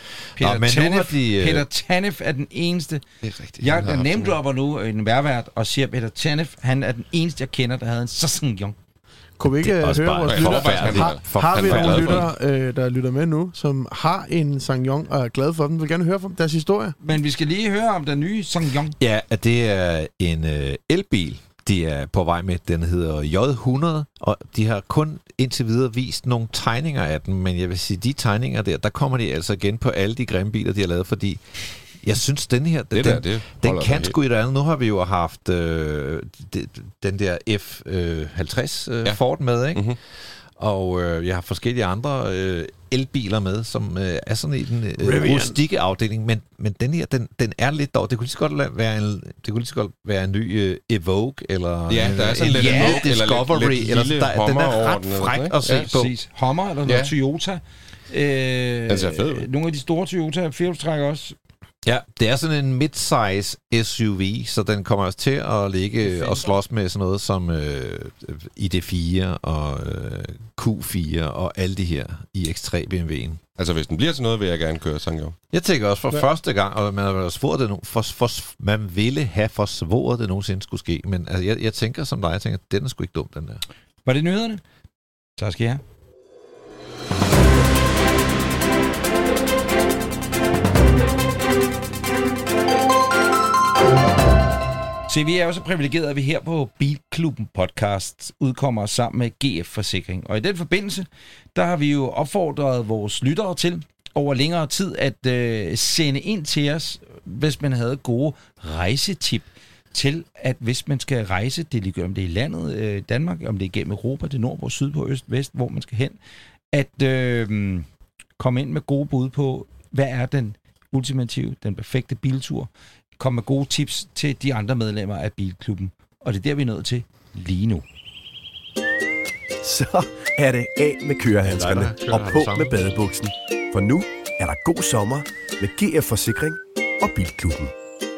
B: Peter Tanef er den eneste.
E: Det er rigtigt.
B: Jeg name-dropper nu en værvært og siger, Peter Tanef, han er den eneste, jeg kender, der havde en SsangYong.
C: Kunne vi ikke høre vores lytter? Har vi nogle lyttere, der lytter med nu, som har en SsangYong og er glade for dem? Vil gerne høre deres historie.
B: Men vi skal lige høre om den nye SsangYong.
D: Ja, det er en elbil. De er på vej med, den hedder J100, og de har kun indtil videre vist nogle tegninger af den, men jeg vil sige, de tegninger der kommer de altså igen på alle de grimme biler, de har lavet, fordi jeg synes, den her, den kan sgu i det andet. Nu har vi jo haft den der F50 Ford med, ikke? Mm-hmm. Og jeg har forskellige andre elbiler med, som er sådan i den rustikke afdeling, men den her, den er lidt dog. Det kunne lige så godt være en ny Evoque, eller
E: der er sådan lidt Evoque,
D: Discovery, eller den er ret fræk at se på.
B: Præcis. Hummer eller noget Toyota.
E: Den ser fed ud.
B: Nogle af de store Toyota firehjulstrækker også.
D: Ja, det er sådan en mid-size SUV, så den kommer også til at ligge og slås med sådan noget som ID4 og Q4 og alle de her iX3 BMW'en.
E: Altså, hvis den bliver til noget, vil jeg gerne køre SsangYong.
D: Jeg tænker også for første gang, og man har svoret det man ville have forsvoret det nogensinde skulle ske, men altså, jeg tænker som dig, den er sgu ikke dum, den der.
B: Var det nyhederne? Så skal jeg. Så vi er jo så privilegerede, at vi her på Bilklubben podcast udkommer sammen med GF Forsikring. Og i den forbindelse, der har vi jo opfordret vores lyttere til over længere tid at sende ind til os, hvis man havde gode rejsetip til, at hvis man skal rejse, det er ligegyldigt, om det er i landet Danmark, om det er gennem Europa, det er nordpå, sydpå, øst, vest, hvor man skal hen, at komme ind med gode bud på, hvad er den ultimative, den perfekte biltur. Kom med gode tips til de andre medlemmer af Bilklubben. Og det er der, vi er nået til lige nu.
A: Så er det af med kørehandskerne og på med badebuksen. For nu er der god sommer med GF Forsikring og Bilklubben.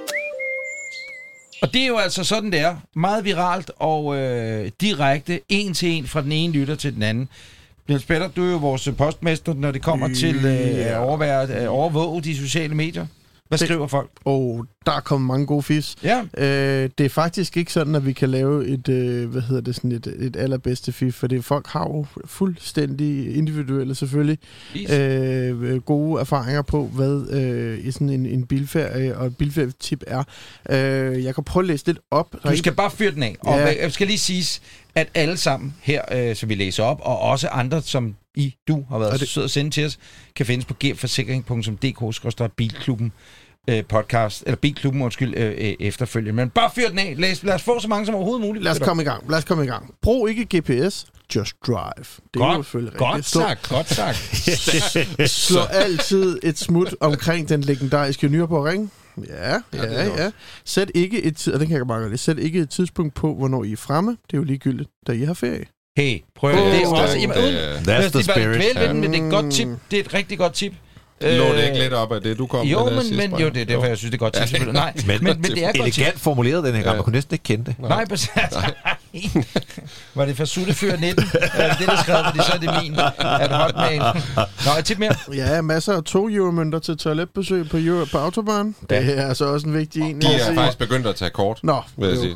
B: Og det er jo altså sådan, det er. Meget viralt og direkte, en til en fra den ene lytter til den anden. Niels Petter, du er jo vores postmester, når det kommer til at overvåge de sociale medier. Hvad skriver folk?
C: Der er kommet mange gode fis.
B: Ja.
C: Det er faktisk ikke sådan, at vi kan lave et allerbedste fif, for folk har jo fuldstændig individuelle selvfølgelig gode erfaringer på, hvad i sådan en bilferie og et bilferietip er. Jeg kan prøve at læse lidt op.
B: Du skal bare fyre den af. Og jeg skal lige sige, at alle sammen her, som vi læser op, og også andre, som du har været sød at sende til os, kan findes på gforsikring.dk/bilklubben podcast, eller Bilklubben, efterfølgende. Men bare fyr den af. Lad os få så mange som overhovedet muligt.
C: Lad os komme i gang. Brug ikke GPS, just drive. Det er jo selvfølgelig rigtigt.
B: Godt sagt.
C: Slå altid et smut omkring den legendariske Nürburgring. Ja. Sæt ikke et tidspunkt på, hvornår I er fremme. Det er jo ligegyldigt, da I har ferie.
B: Hey, prøv det. Det er også...
D: That's the spirit.
B: Men det er et godt tip. Det er et rigtig godt tip.
E: Lå det ikke lidt op af det, du kom
B: med?
E: Jo,
B: det er derfor, jeg synes, det er godt tip. Nej, men det er godt tip.
D: Elegant formuleret den her gang. Man kunne næsten ikke kende det.
B: Nej, var det fra Suttefyr 19? Det der skrev, fordi så er det min. Er det hotmail? Nå, et tip mere?
C: Ja, masser af 2-euromønter til toiletbesøg på Autobahn. Det er altså også en vigtig en.
E: De er faktisk begyndt at tage kort, vil jeg sige.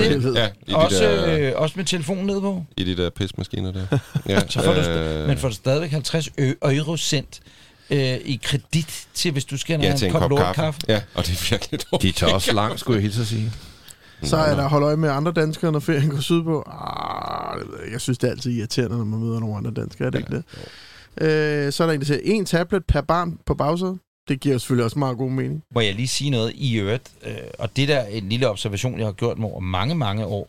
B: Også med telefonen nede på?
E: I de der pismaskiner der. Ja.
B: Men får du stadigvæk 50 euro sendt i kredit til, hvis du skal have
E: en kop kaffe. Ja, og det er virkelig dårligt.
D: De tager også langt, skulle jeg hilse at sige.
C: Så er der holde øje med andre danskere, når ferien går sydpå. Jeg synes, det er altid irriterende, når man møder nogle andre danskere. Er det ikke det? Så er der en, der siger, 1 tablet per barn på bagsædet. Det giver selvfølgelig også meget god mening.
B: Må jeg lige sige noget i øvrigt? Og det der er en lille observation, jeg har gjort mig over mange, mange år.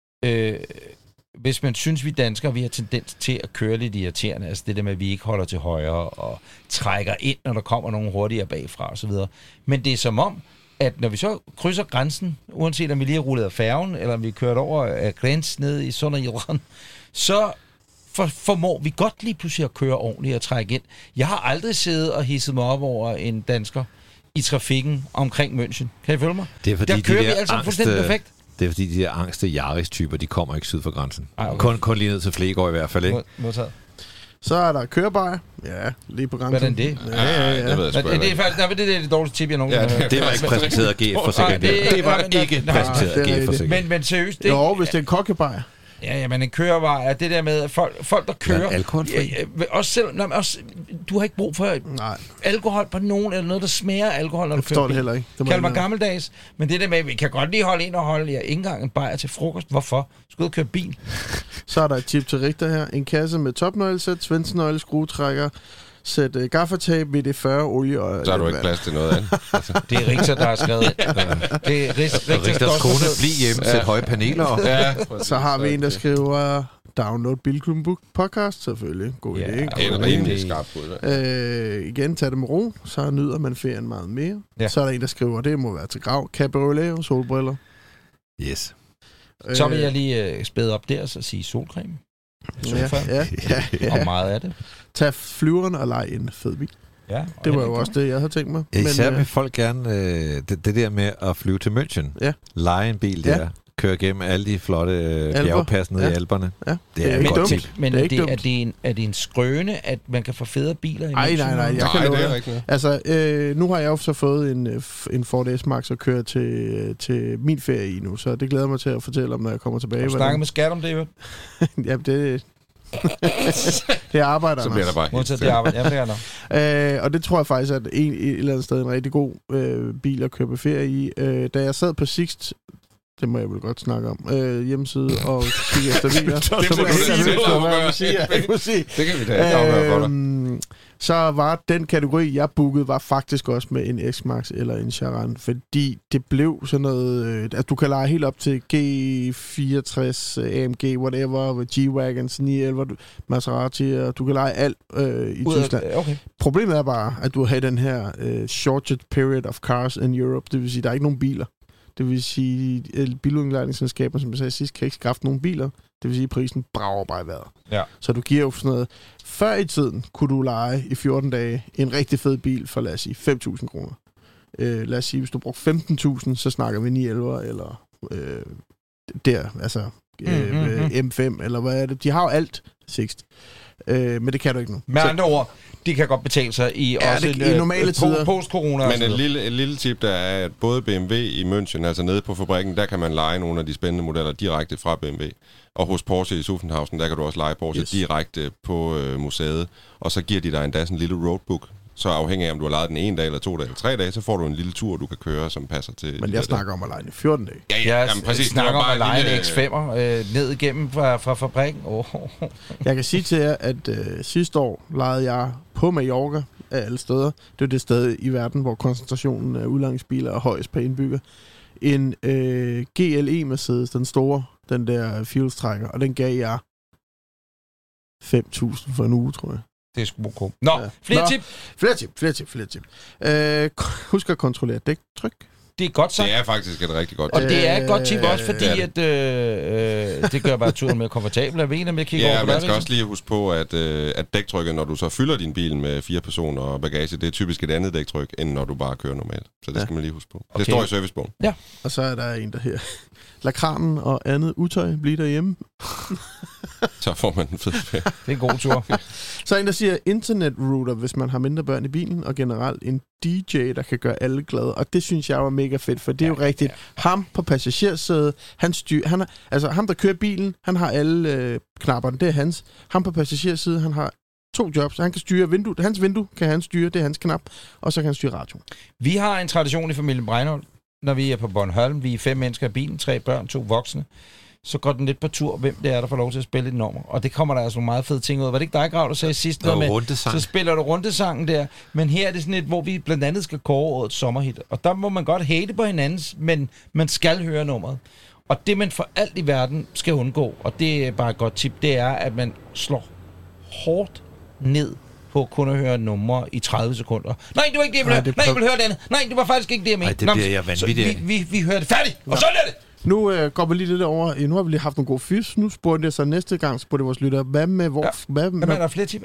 B: Hvis man synes, vi danskere, vi har tendens til at køre lidt irriterende, altså det der med, at vi ikke holder til højre og trækker ind, når der kommer nogen hurtigere bagfra osv. Men det er som om, at når vi så krydser grænsen, uanset om vi lige har rullet af færgen, eller om vi er kørt over grænsen ned i Sønderjylland, så formår vi godt lige pludselig at køre ordentligt og trække ind. Jeg har aldrig siddet og hisset mig op over en dansker i trafikken omkring München. Kan I følge mig?
D: Det er fordi,
B: der kører vi altså fuldstændig perfekt.
D: Det er fordi, de der angste Yaris-typer, de kommer ikke syd for grænsen. Okay. Kun lige ned til Flegård i hvert fald, ikke?
B: Modtaget.
C: Så er der kørebajer. Ja, lige på grænsen.
B: Hvordan det?
E: Ja. Det ved jeg sgu
B: det er faktisk, det er det dårligste tip, jeg nogensinde
D: det var ikke præsenteret af GF-forsikring. Det var ikke præsenteret af GF-forsikring.
B: Men seriøst...
C: Jo, hvis det er en kokkebajer.
B: Ja, men en kørebar er det der med, at folk der kører...
D: Ja, alkoholfri.
B: Også selv... du har ikke brug for alkohol på nogen, eller noget, der smager alkohol, når du kører.
C: Jeg forstår det heller ikke.
B: Kald mig gammeldags. Men det der med, vi kan godt lige holde ind og holde ikke engang en bajer til frokost. Hvorfor? Du skal ud og køre bil.
C: Så er der et tip til Richter her. En kasse med topnøglesæt, svensenøgle, skruetrækker, sæt gaffertape, VD40, olie og...
E: Så har du ikke plads til noget andet.
B: Det er Richter, der har skrevet. Det er
D: Richters kone, bliv hjemme, sæt høje paneler op.
E: Ja,
C: så har vi en, der skriver... Download Bilklubben podcast, selvfølgelig. God idé.
E: Det er rimelig skarpt ud.
C: Igen, tag det med ro, så nyder man ferien meget mere.
B: Ja.
C: Så er der en, der skriver, det må være til grav. Cabriolet og solbriller.
D: Yes.
B: Så vil jeg lige spæde op der og sige solcreme.
C: Ja.
B: Og meget af det.
C: Tag flyveren og lege en fed bil.
B: Ja,
C: det var jo også det, jeg havde tænkt mig.
D: Især vil folk gerne det der med at flyve til München.
C: Ja.
D: Lege en bil der. Køre gennem alle de flotte bjergpas nede i Alperne.
C: Ja.
D: Det er et godt tip.
B: Men er det en skrøne, at man kan få federe biler i
C: Nej.
B: Jeg
E: kan det er ikke.
C: Altså, nu har jeg jo så fået en Ford S-Max at køre til min ferie i nu, så det glæder mig til at fortælle om, når jeg kommer tilbage.
B: Har du snakket med skat om det, jo?
C: Ja, det er arbejder.
E: Så bliver der bare
B: helt. Det arbejder.
C: Og det tror jeg faktisk, at et eller andet sted en rigtig god bil at køre på ferie i. Da jeg sad på Sixt, det må jeg vel godt snakke om, hjemmeside og kigge efter biler.
E: Det må sige. Det kan vi da.
C: Så var den kategori, jeg bookede, var faktisk også med en X-Max eller en Charan, fordi det blev sådan noget, at du kan lege helt op til G64, AMG, whatever, G-Wagons, 911, Maserati, og du kan lege alt i Tyskland.
B: Okay.
C: Problemet er bare, at du har den her shortage period of cars in Europe, det vil sige, der er ikke nogen biler. Det vil sige, biludlejningsselskaber, som jeg sagde sidst, kan ikke skaffe nogen biler. Det vil sige, at prisen brager bare i vejret.
B: Ja.
C: Så du giver jo sådan noget. Før i tiden kunne du lege i 14 dage en rigtig fed bil for, lad os sige, 5.000 kroner. Lad os sige, hvis du brugte 15.000, så snakker vi 911 eller M5, eller hvad er det? De har jo alt, Sixt. Men det kan du ikke nu.
B: Med andre ord, de kan godt betale sig i også
C: i normale tider.
B: Post-corona.
E: Men et lille tip, der er, at både BMW i München, altså nede på fabrikken, der kan man lege nogle af de spændende modeller direkte fra BMW. Og hos Porsche i Zuffenhausen, der kan du også lege Porsche direkte på museet. Og så giver de dig endda sådan en lille roadbook så afhængig af, om du har lejet den 1 dag, eller 2 dage, eller 3 dage, så får du en lille tur, du kan køre, som passer til...
C: Men jeg snakker om at lege den i 14 dage.
B: Ja, jamen, præcis. Jeg snakker om at lege en X5'er ned igennem fra fabrikken.
C: Jeg kan sige til jer, at sidste år lejede jeg på Mallorca af alle steder. Det er det sted i verden, hvor koncentrationen af udlejningsbiler er højst per indbygger. En GLE Mercedes, den store, den der fuelstrækker, og den gav jeg 5.000 for en uge, tror jeg.
B: Det er sgu cool. Nå, flere tip.
C: Husk at kontrollere dæktryk.
B: Det er godt sagt.
E: Det er faktisk et rigtig godt
B: tip.
E: tip.
B: Og det er et godt tip også, fordi at, det gør bare turen mere komfortabel. Jeg ved ikke, om jeg kigger over på
E: man skal også lige huske på, at dæktrykket, når du så fylder din bil med 4 personer og bagage, det er typisk et andet dæktryk, end når du bare kører normalt. Så det skal man lige huske på. Okay. Det står i servicebogen.
C: Ja. Og så er der en, der her. Lad kranen og andet utøj blive derhjemme.
E: Så får man en fed ferie.
B: Det er en god tur.
C: Så en, der siger internetrouter, hvis man har mindre børn i bilen, og generelt en DJ, der kan gøre alle glade. Og det synes jeg var mega fedt, for det er jo rigtigt. Ham på passagersædet, ham der kører bilen, han har alle knapperne, det er hans. Ham på passagersædet, han har 2 jobs. Han kan styre vinduet. Hans vindue kan han styre, det er hans knap. Og så kan han styre radio.
B: Vi har en tradition i familien Breinholt, når vi er på Bornholm. Vi er 5 mennesker i bilen, 3 børn, 2 voksne. Så går den lidt på tur, hvem det er, der får lov til at spille et nummer. Og det kommer der altså nogle meget fede ting ud. Var det ikke dig, Grav, der sagde sidst? Så spiller du rundesangen der. Men her er det sådan et, hvor vi blandt andet skal kåre årets sommerhit. Og der må man godt hate på hinandens, men man skal høre nummeret. Og det, man for alt i verden skal undgå, og det er bare et godt tip, det er, at man slår hårdt ned på kun at høre numre i 30 sekunder. Nej, det var ikke det, jeg ville høre. Nej, jeg ville høre det andet. Nej, det var faktisk ikke det, jeg mente.
D: Nej, det bliver jeg vanvittigt.
B: Vi hører det færdigt, og så er det.
C: Nu går vi lige lidt over. Nu har vi lige haft nogle gode fys. Nu spurgte jeg så næste gang, spurgte vores lyttere, hvad med hvor... Ja.
B: Er der flere tip?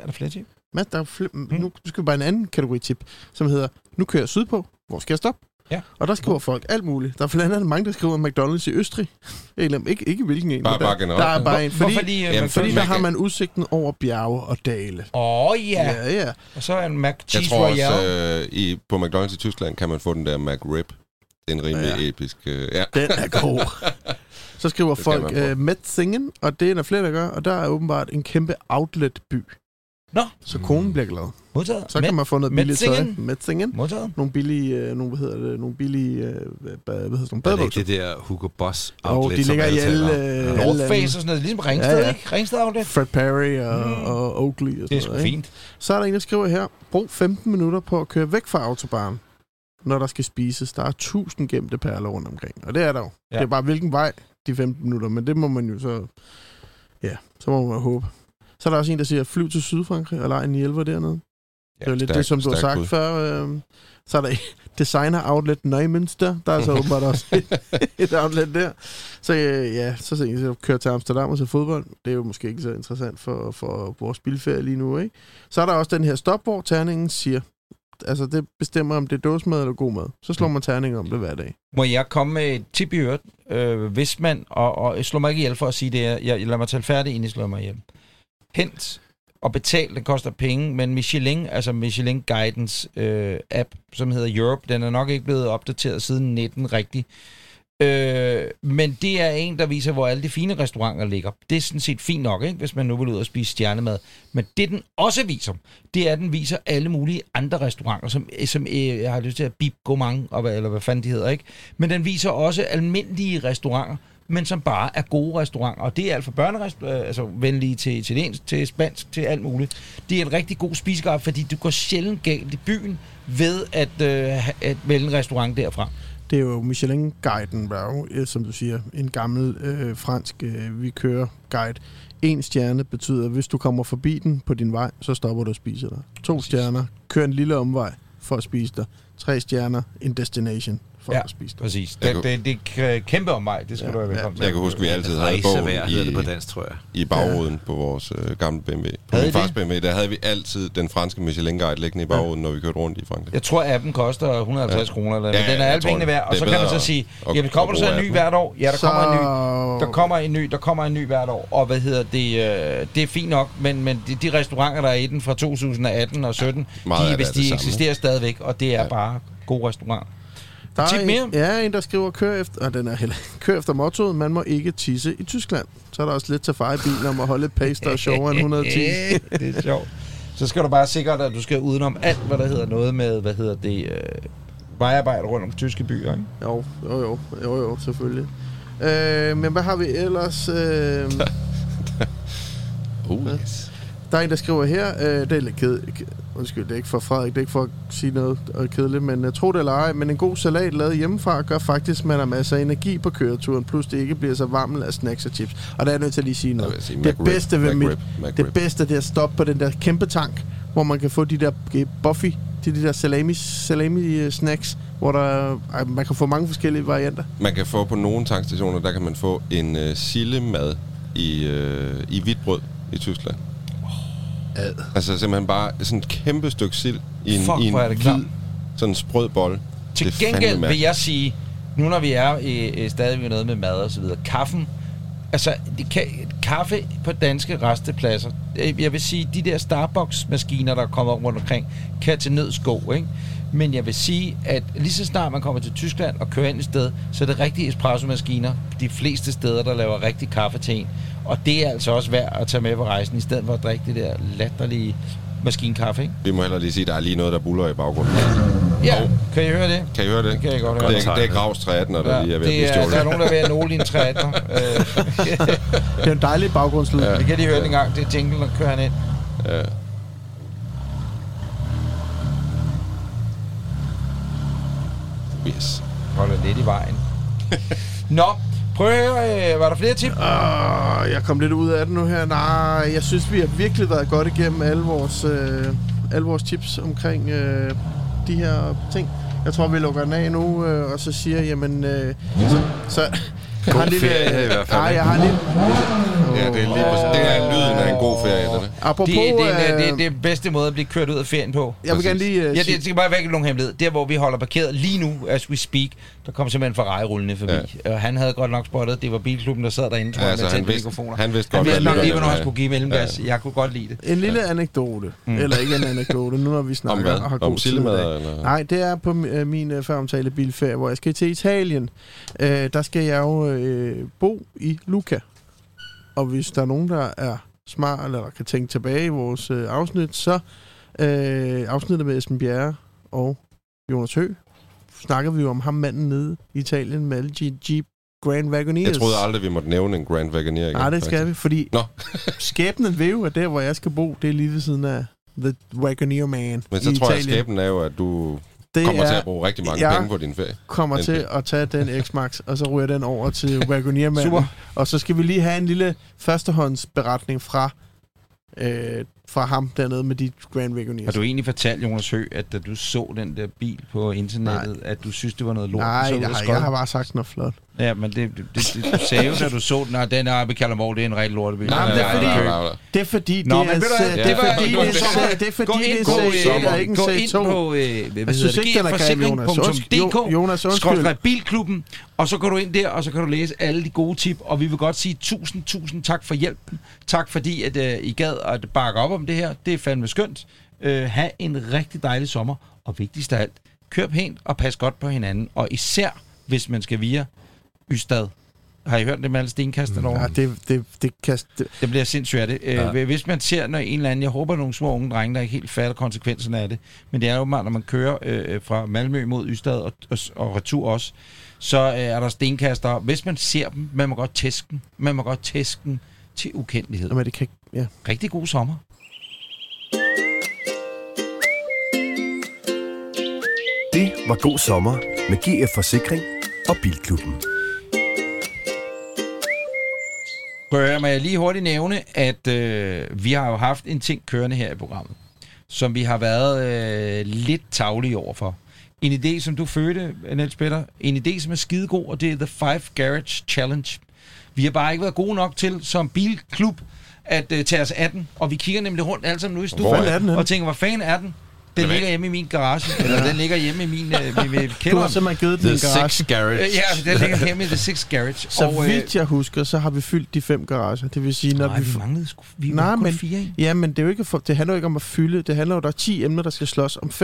C: Nu skal vi bare en anden kategori tip, som hedder, nu kører jeg sydpå. Hvor skal jeg stoppe? Ja. Og der skriver folk alt muligt. Der er blandt andet mange, der skriver McDonald's i Østrig. Ikke hvilken en.
E: Bare generelt.
C: Der er bare en. Fordi der har man udsigten over bjerge og dale.
B: Ja. Og så er en Mac Cheese Royale.
E: Jeg tror også, på McDonald's i Tyskland kan man få den der McRib. Det er en rimelig episk... Ja.
C: Den er god. Så skriver folk Metzingen, og det er der flere, der gør. Og der er åbenbart en kæmpe outletby.
B: Nå.
C: Så konen bliver glad.
B: Modtaget.
C: Så kan man få noget billigt tøj. Metzingen.
B: Modtaget.
C: Nogle billige, nogle badebukser.
D: Det der Hugo Boss outlet,
C: de ligger i alle...
B: North Face og sådan noget. Ligesom Ringsted, ikke? Ringsted outlet.
C: Fred Perry og Oakley og sådan noget.
B: Det er sgu fint.
C: Så er der en, der skriver her, brug 15 minutter på at køre væk fra autobahn, når der skal spises. Der er 1000 gemte perler rundt omkring. Og det er der jo. Ja. Det er bare, hvilken vej de 15 minutter. Men det må man jo så... Ja, så må man håbe. Så er der også en, der siger, flyv til Sydfrankrig og lege en hjælper dernede. Ja, det er jo lidt det, som du har sagt før. Så er der designer outlet Neumünster. Der er så åbenbart også et outlet der. Så så kører til Amsterdam og til fodbold. Det er jo måske ikke så interessant for vores bilferie lige nu, ikke? Så er der også den her stop, hvor terningen siger, altså det bestemmer, om det er dåsemad eller god mad. Så slår man terningen om det hver dag.
B: Må jeg komme med et tip i øret? Hvis man, og slå mig ikke ihjel for at sige det, jeg lader mig tale færdig, inden I slår mig ihjel. Hent og betal, den koster penge, men Michelin, altså Michelin Guidance app, som hedder Europe, den er nok ikke blevet opdateret siden 19 rigtigt. Men det er en, der viser, hvor alle de fine restauranter ligger. Det er sådan set fint nok, ikke, hvis man nu vil ud og spise stjernemad. Men det, den også viser, det er, at den viser alle mulige andre restauranter, som jeg har lyst til at Bib Gourmand, eller hvad fanden de hedder, ikke? Men den viser også almindelige restauranter, men som bare er gode restauranter. Og det er alt fra venlige til italiensk, til spansk, til alt muligt. Det er en rigtig god spiseguide, fordi du går sjældent galt i byen ved at vælge en restaurant derfra.
C: Det er jo Michelin-guiden, som du siger, en gammel fransk vi kører guide. 1 stjerne betyder, at hvis du kommer forbi den på din vej, så stopper du og spiser dig. 2 stjerner, kør en lille omvej for at spise dig. 3 stjerner, en destination for at spise dig.
B: Præcis. Det er kæmpe omvej, det skal du have velkommen til.
E: Jeg kan huske, at vi altid havde bogen
D: på dansk, tror jeg.
E: I bagruden på vores gamle BMW. På min fars BMW, der havde vi altid den franske Michelin-guide liggende i bagruden, når vi kørte rundt i Frankrig.
B: Jeg tror, appen koster 150 kroner, men den er alle pengene værd. Og så kan man så sige, jamen kommer der så en ny hvert år? Ja, der kommer en ny hvert år. Og det er fint nok, men de restauranter, der er i den fra 2018 og 17, de eksisterer stadigvæk, og det er bare gode restauranter.
C: Der er en, der skriver, kør efter mottoet, man må ikke tisse i Tyskland. Så er der også lidt til far i bilen om at holde et pace, der er sjovere end 110.
B: Det er sjovt. Så skal du bare sikre dig, at du skal udenom alt, hvad der hedder noget med, vejarbejde rundt om tyske byer, ikke?
C: Jo, selvfølgelig. Men hvad har vi ellers?
E: Yes.
C: Der er en, der skriver her, det er lidt kedeligt. Undskyld, det er ikke for Frederik, det er ikke for at sige noget kedeligt, men tro det eller ej, men en god salat lavet hjemmefra gør faktisk, at man har masser af energi på køreturen, plus det ikke bliver så varmt af snacks og chips. Og der er jeg nødt til at lige sige noget. Det bedste det er at stoppe på den der kæmpe tank, hvor man kan få de der Buffy, de der salami snacks, hvor man kan få mange forskellige varianter.
E: Man kan få på nogle tankstationer, der kan man få en sillemad i hvidt brød i Tyskland. Altså simpelthen bare sådan et kæmpe stykke sild i en hvid, sådan en sprød bolle.
B: Til gengæld vil jeg sige, nu når vi er stadig noget med mad og så videre, kaffen, altså kaffe på danske rastepladser, jeg vil sige, de der Starbucks-maskiner, der kommer rundt omkring, kan til nøds gå, ikke? Men jeg vil sige, at lige så snart man kommer til Tyskland og kører ind et sted, så er det rigtige espresso-maskiner de fleste steder, der laver rigtig kaffe til en. Og det er altså også værd at tage med på rejsen, i stedet for at drikke det der latterlige maskinkaffe, ikke?
E: Vi må heller lige sige, at der er lige noget, der buller i baggrunden.
B: Ja, kan I høre det?
E: Kan I høre det?
B: Det kan jeg godt høre.
E: Det er Gravs 318, der lige er ved at blive stjålet.
B: Der er nogen, der er ved at nåle i en 318.
C: Det er en dejlig baggrundslyd.
B: Ja. Det kan de høre en gang. Det er jingle, der kører han ind.
E: Ja. Yes.
B: Holder lidt i vejen. Nå, prøv at høre, var der flere tip?
C: Jeg kom lidt ud af det nu her. Nej, jeg synes, vi har virkelig været godt igennem alle vores tips omkring de her ting. Jeg tror, vi lukker den af nu, og så siger, jamen...
D: Jeg har ferie i hvert fald.
C: Nej, jeg har lidt...
E: Ja, det er lige det er lyden af en god ferie, det.
C: Apropos...
B: Det er den bedste måde at blive kørt ud af ferien på.
C: Jeg vil gerne lige...
B: det skal bare vække nogen hemmelighed. Der, hvor vi holder parkeret lige nu, as we speak, der kom simpelthen Ferrari rullende forbi. Ja. Og han havde godt nok spottet, det var bilklubben, der sad derinde, tror jeg, med tændte mikrofoner.
E: Han vidste
B: godt,
E: han
B: nok lige, hvornår han skulle give mellemgas. Jeg kunne godt lide det.
C: En lille anekdote. Eller ikke en anekdote, nu når vi snakker og har god tid i dag. Nej, det er på min føromtalte bilferie, hvor jeg skal til Italien. Der skal jeg jo bo i Lucca. Og hvis der er nogen, der er smart, eller der kan tænke tilbage i vores afsnit, så afsnittet med Esben Bjerre og Jonas Høgh, snakker vi jo om ham manden nede i Italien med alle Jeep Grand Wagoneers.
E: Jeg troede aldrig, vi måtte nævne en Grand Wagoneer igen.
C: Nej, det skal vi, fordi skæbnen vil jo, at der, hvor jeg skal bo, det er lige ved siden af The Wagoneer Man.
E: Men så tror jeg, at skæbnen er jo, at du kommer til at bruge rigtig mange penge på din ferie.
C: Kommer til at tage den X-Max, og så ryger den over til Wagoneer Man. Super. Og så skal vi lige have en lille førstehåndsberetning fra ham dernede med de Grand Wagoneers.
B: Har du egentlig fortalt, Jonas Høgh, at da du så den der bil på internettet, at du synes, det var noget lort?
C: Nej, jeg har bare sagt noget flot.
B: Ja, men det du sagde jo, da du så den, og den er oppe i Kalundborg, det er en rigtig lortebil.
C: Nej, men det er fordi, det er
B: forsikring.dk/bilklubben, og så går du ind der, og så kan du læse alle de gode tip, og vi vil godt sige tusind tak for hjælpen. Tak fordi, at I gad at bakke op om det her. Det er fandme skønt. Ha' en rigtig dejlig sommer, og vigtigst af alt, kør pænt og pas godt på hinanden, og især hvis man skal via Ystad. Har I hørt det med alle stenkasterne over?
C: Ja,
B: det bliver sindssygt af det. Ja. Hvis man ser når en eller anden, jeg håber nogle små unge drenge, der ikke helt fatter konsekvenserne af det, men det er jo meget, når man kører fra Malmø mod Ystad og retur også, så er der stenkaster. Hvis man ser dem, man må godt tæske dem. Man må godt tæske dem til ukendelighed.
C: Jamen, det kan, ja.
B: Rigtig god sommer.
A: Det var God Sommer med GF Forsikring og Bilklubben.
B: Må jeg lige hurtigt nævne, at vi har jo haft en ting kørende her i programmet, som vi har været lidt tavlige overfor. En idé, som du fødte, Niels Peter. En idé, som er skidegod, og det er The 5 Garage Challenge. Vi har bare ikke været gode nok til, som bilklub, at tage os af den. Og vi kigger nemlig rundt alle sammen nu i studiet og tænker, hvor fanden er den? Den ligger hjemme i min garage, eller den ligger hjemme i min kælder.
C: Du har simpelthen givet den garage.
D: The 6 Garage.
B: Ja, den ligger hjemme i The 6 Garage.
C: Så vidt jeg husker, så har vi fyldt de 5 garager. Det vil sige, når
B: vi manglede vi kun 4.
C: Ja, men det er jo ikke det handler jo ikke om at fylde. Det handler jo, der er 10 emner, der skal slås om 5.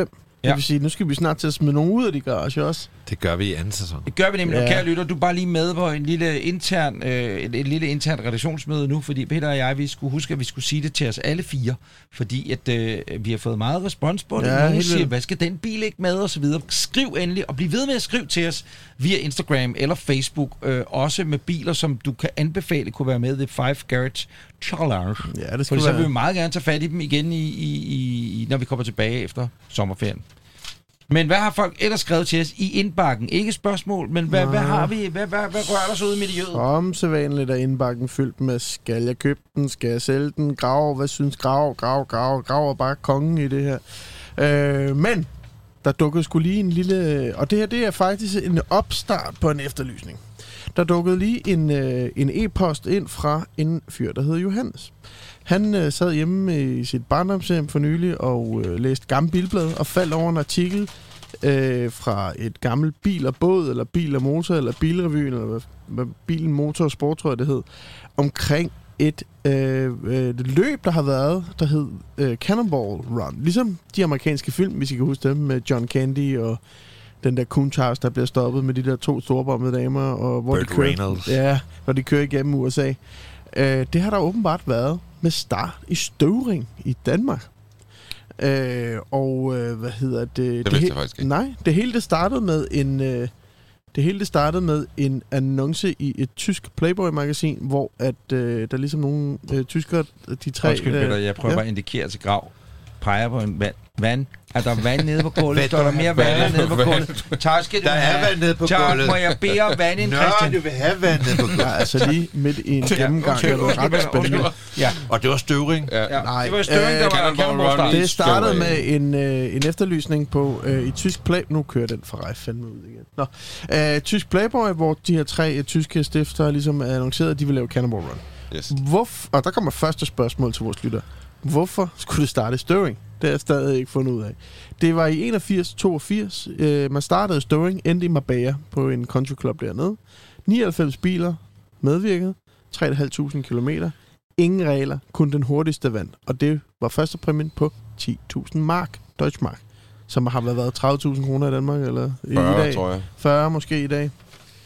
C: Det vil sige, nu skal vi snart til at smide nogen ud af de garage også.
D: Det gør vi i anden sæson.
B: Det gør vi nemlig. Ja. Kære lytter, du er bare lige med på en lille intern, et lille intern redaktionsmøde nu, fordi Peter og jeg, vi skulle huske, at vi skulle sige det til os alle 4, fordi at vi har fået meget respons på det. Nogen siger, hvad skal den bil ikke med, og så videre. Skriv endelig, og bliv ved med at skrive til os via Instagram eller Facebook, også med biler, som du kan anbefale kunne være med i 5 Garage Challenge.
C: Ja, det skal
B: så vil vi meget gerne tage fat i dem igen, når vi kommer tilbage efter sommerferien. Men hvad har folk ellers skrevet til os i indbakken? Ikke spørgsmål, men hvad har vi? Hvad rører der så ud i miljøet?
C: Som sædvanligt er indbakken fyldt med, skal jeg købe den, skal jeg sælge den, Grav, hvad synes Grav er bare kongen i det her. Men der dukkede sgu lige en lille... Og det her, det er faktisk en opstart på en efterlysning. Der dukkede lige en e-post ind fra en fyr, der hedder Johannes. Han sad hjemme i sit barndomshjem for nylig og læste gamle bilblad og faldt over en artikel fra et gammelt bil og båd, eller bil og motor, eller bilrevyen, eller hvad bilen, motor og sport, tror jeg det hed, omkring et løb, der har været, der hed Cannonball Run. Ligesom de amerikanske film, hvis I kan huske dem, med John Candy og den der Countach, der bliver stoppet med de der 2 storbombede damer, og hvor når de kører igennem USA. Det har der åbenbart været med start i Støvring i Danmark. Hvad hedder det?
E: Det vidste jeg faktisk ikke.
C: Nej, det hele startede med en annonce i et tysk Playboy-magasin, hvor at der ligesom nogle tyskere, de 3...
B: Undskyld, Peter, jeg prøver bare at indikere til Grav. Peger på en vand. Er der vand nede på gulvet? Står der mere vand nede på gulvet?
D: Der er vand nede på gulvet.
B: Må jeg bede om vand ind, Christian?
D: Du vil have vand nede på gulvet.
C: Ja, altså lige midt i en gennemgang. Det var ret spændende.
D: Ja. Og det var Støvring?
B: Ja.
C: Nej.
B: Det var Støvring, der var Cannonball Run.
C: Det startede med en efterlysning på i tysk Playboy. Nu kører den for rej fandme ud igen. Tysk Playboy, hvor de her 3 tyske stiftere ligesom er annonceret, at de vil lave Cannonball Run.
E: Yes.
C: Og der kommer første spørgsmål til vores lytter. Hvorfor skulle det starte i Støvring? Det har jeg stadig ikke fundet ud af. Det var i 81-82. Man startede i Støvring, endte i Marbella på en country club dernede. 99 biler medvirkede. 3.500 kilometer. Ingen regler, kun den hurtigste vand. Og det var første præmien på 10.000 mark, Deutsche Mark. Som har været 30.000 kroner i Danmark, eller
E: 40,
C: i dag.
E: Tror jeg.
C: 40 måske i dag.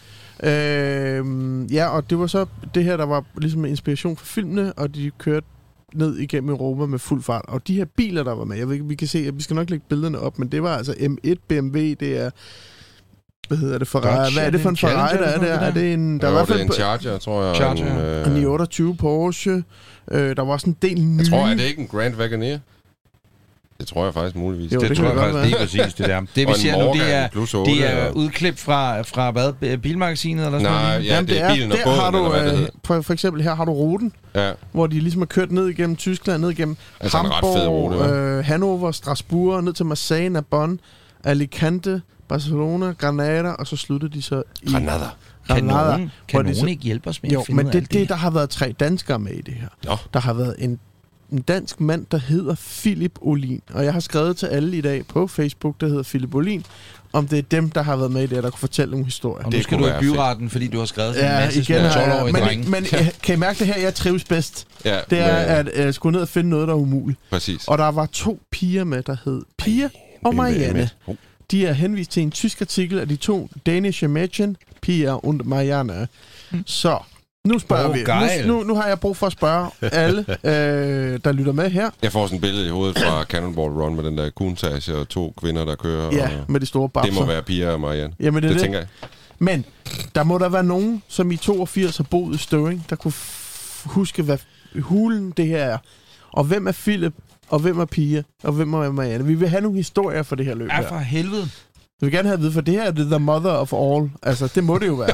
C: Og det var så det her, der var ligesom inspiration for filmene, og de kørte ned igennem Europa med fuld fart. Og de her biler, der var med, vi kan se, at vi skal nok lægge billederne op, men det var altså M1 BMW, det er... Hvad hedder det? Ferrari? Hvad er det for en Ferrari, der er der? Er det en... Der
E: det er en Charger, tror jeg.
B: Charger.
C: En 928 Porsche. Der var sådan en del nye...
E: Jeg tror, er det ikke en Grand Wagoneer? Det tror jeg faktisk muligvis.
C: Jo,
B: det tror jeg faktisk lige præcis, det der. Det vi siger nu, det er udklip fra hvad? Bilmagasinet eller sådan noget?
E: Nej, ja, det er bilen og båden, eller hvad det hedder.
C: For eksempel her har du ruten, hvor de ligesom har kørt ned igennem Tyskland, ned igennem
E: altså
C: Hamburg, Hannover, Strasbourg, ned til Marseille, Narbonne, Alicante, Barcelona, Granada, og så sluttede de så i...
E: Granada.
B: Kan nogen ikke hjælpe os med at finde
C: men det, der har været 3 danskere med i det her.
E: Nå.
C: Der har været en dansk mand, der hedder Philip Olin. Og jeg har skrevet til alle i dag på Facebook, der hedder Philip Olin, om det er dem, der har været med i det, der kunne fortælle nogle historier.
B: Og nu skal du i byretten, fordi du har skrevet en masse
C: igen,
B: 12-årige drenge.
C: Men kan I mærke det her, jeg trives bedst?
E: Ja,
C: det er at skulle ned og finde noget, der er umuligt.
E: Præcis.
C: Og der var 2 piger med, der hed Pia og Marianne. De er henvist til en tysk artikel af de 2 Danish Mädchen, Pia og Marianne. Så... Nu spørger vi. Nu har jeg brug for at spørge alle, der lytter med her.
E: Jeg får sådan et billede i hovedet fra Cannonball Run med den der Countach og 2 kvinder, der kører.
C: Ja, og med de store babser.
E: Det må være Pia og Marianne.
C: Jamen, det
E: tænker jeg.
C: Men der må der være nogen, som i 82 har boet i Støvring, der kunne huske, hvad hulen det her er. Og hvem er Philip, og hvem er Pia, og hvem er Marianne. Vi vil have nogle historier for det her løb.
B: Ja, for helvede.
C: Vi vil gerne have at vide, for det her er the mother of all. Altså, det må det jo være.